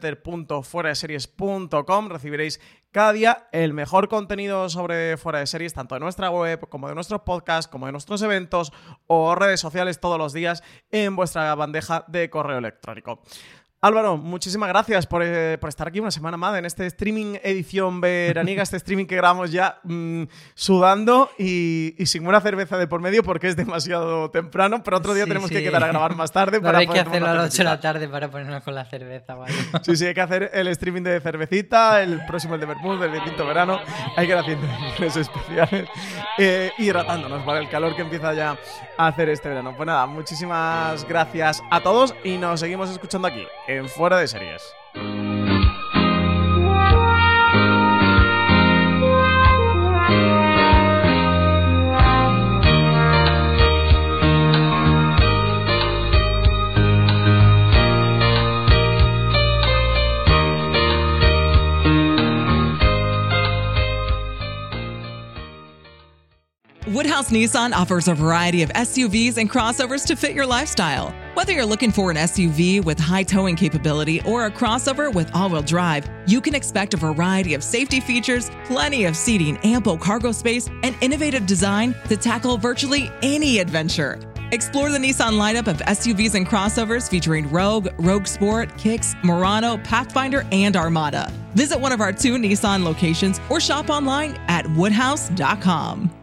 newsletter.fueradeseries.com. Recibiréis cada día el mejor contenido sobre Fuera de Series, tanto de nuestra web, como de nuestros podcasts, como de nuestros eventos o redes sociales, todos los días en vuestra bandeja de correo electrónico. Álvaro, muchísimas gracias por estar aquí una semana más en este streaming edición veraniega, este streaming que grabamos ya sudando y sin una cerveza de por medio porque es demasiado temprano, pero otro día tenemos que quedar a grabar más tarde. Hay que hacerlo a las 8 de la tarde para ponernos con la cerveza. ¿Vale? Sí, hay que hacer el streaming de cervecita, el próximo el de vermut, el de tinto verano, hay que ir haciendo los especiales, hidratándonos para el calor que empieza ya a hacer este verano. Pues nada, muchísimas gracias a todos y nos seguimos escuchando aquí en Fuera de Series. Woodhouse Nissan offers a variety of SUVs and crossovers to fit your lifestyle. Whether you're looking for an SUV with high towing capability or a crossover with all-wheel drive, you can expect a variety of safety features, plenty of seating, ample cargo space, and innovative design to tackle virtually any adventure. Explore the Nissan lineup of SUVs and crossovers featuring Rogue, Rogue Sport, Kicks, Murano, Pathfinder, and Armada. Visit one of our 2 Nissan locations or shop online at woodhouse.com.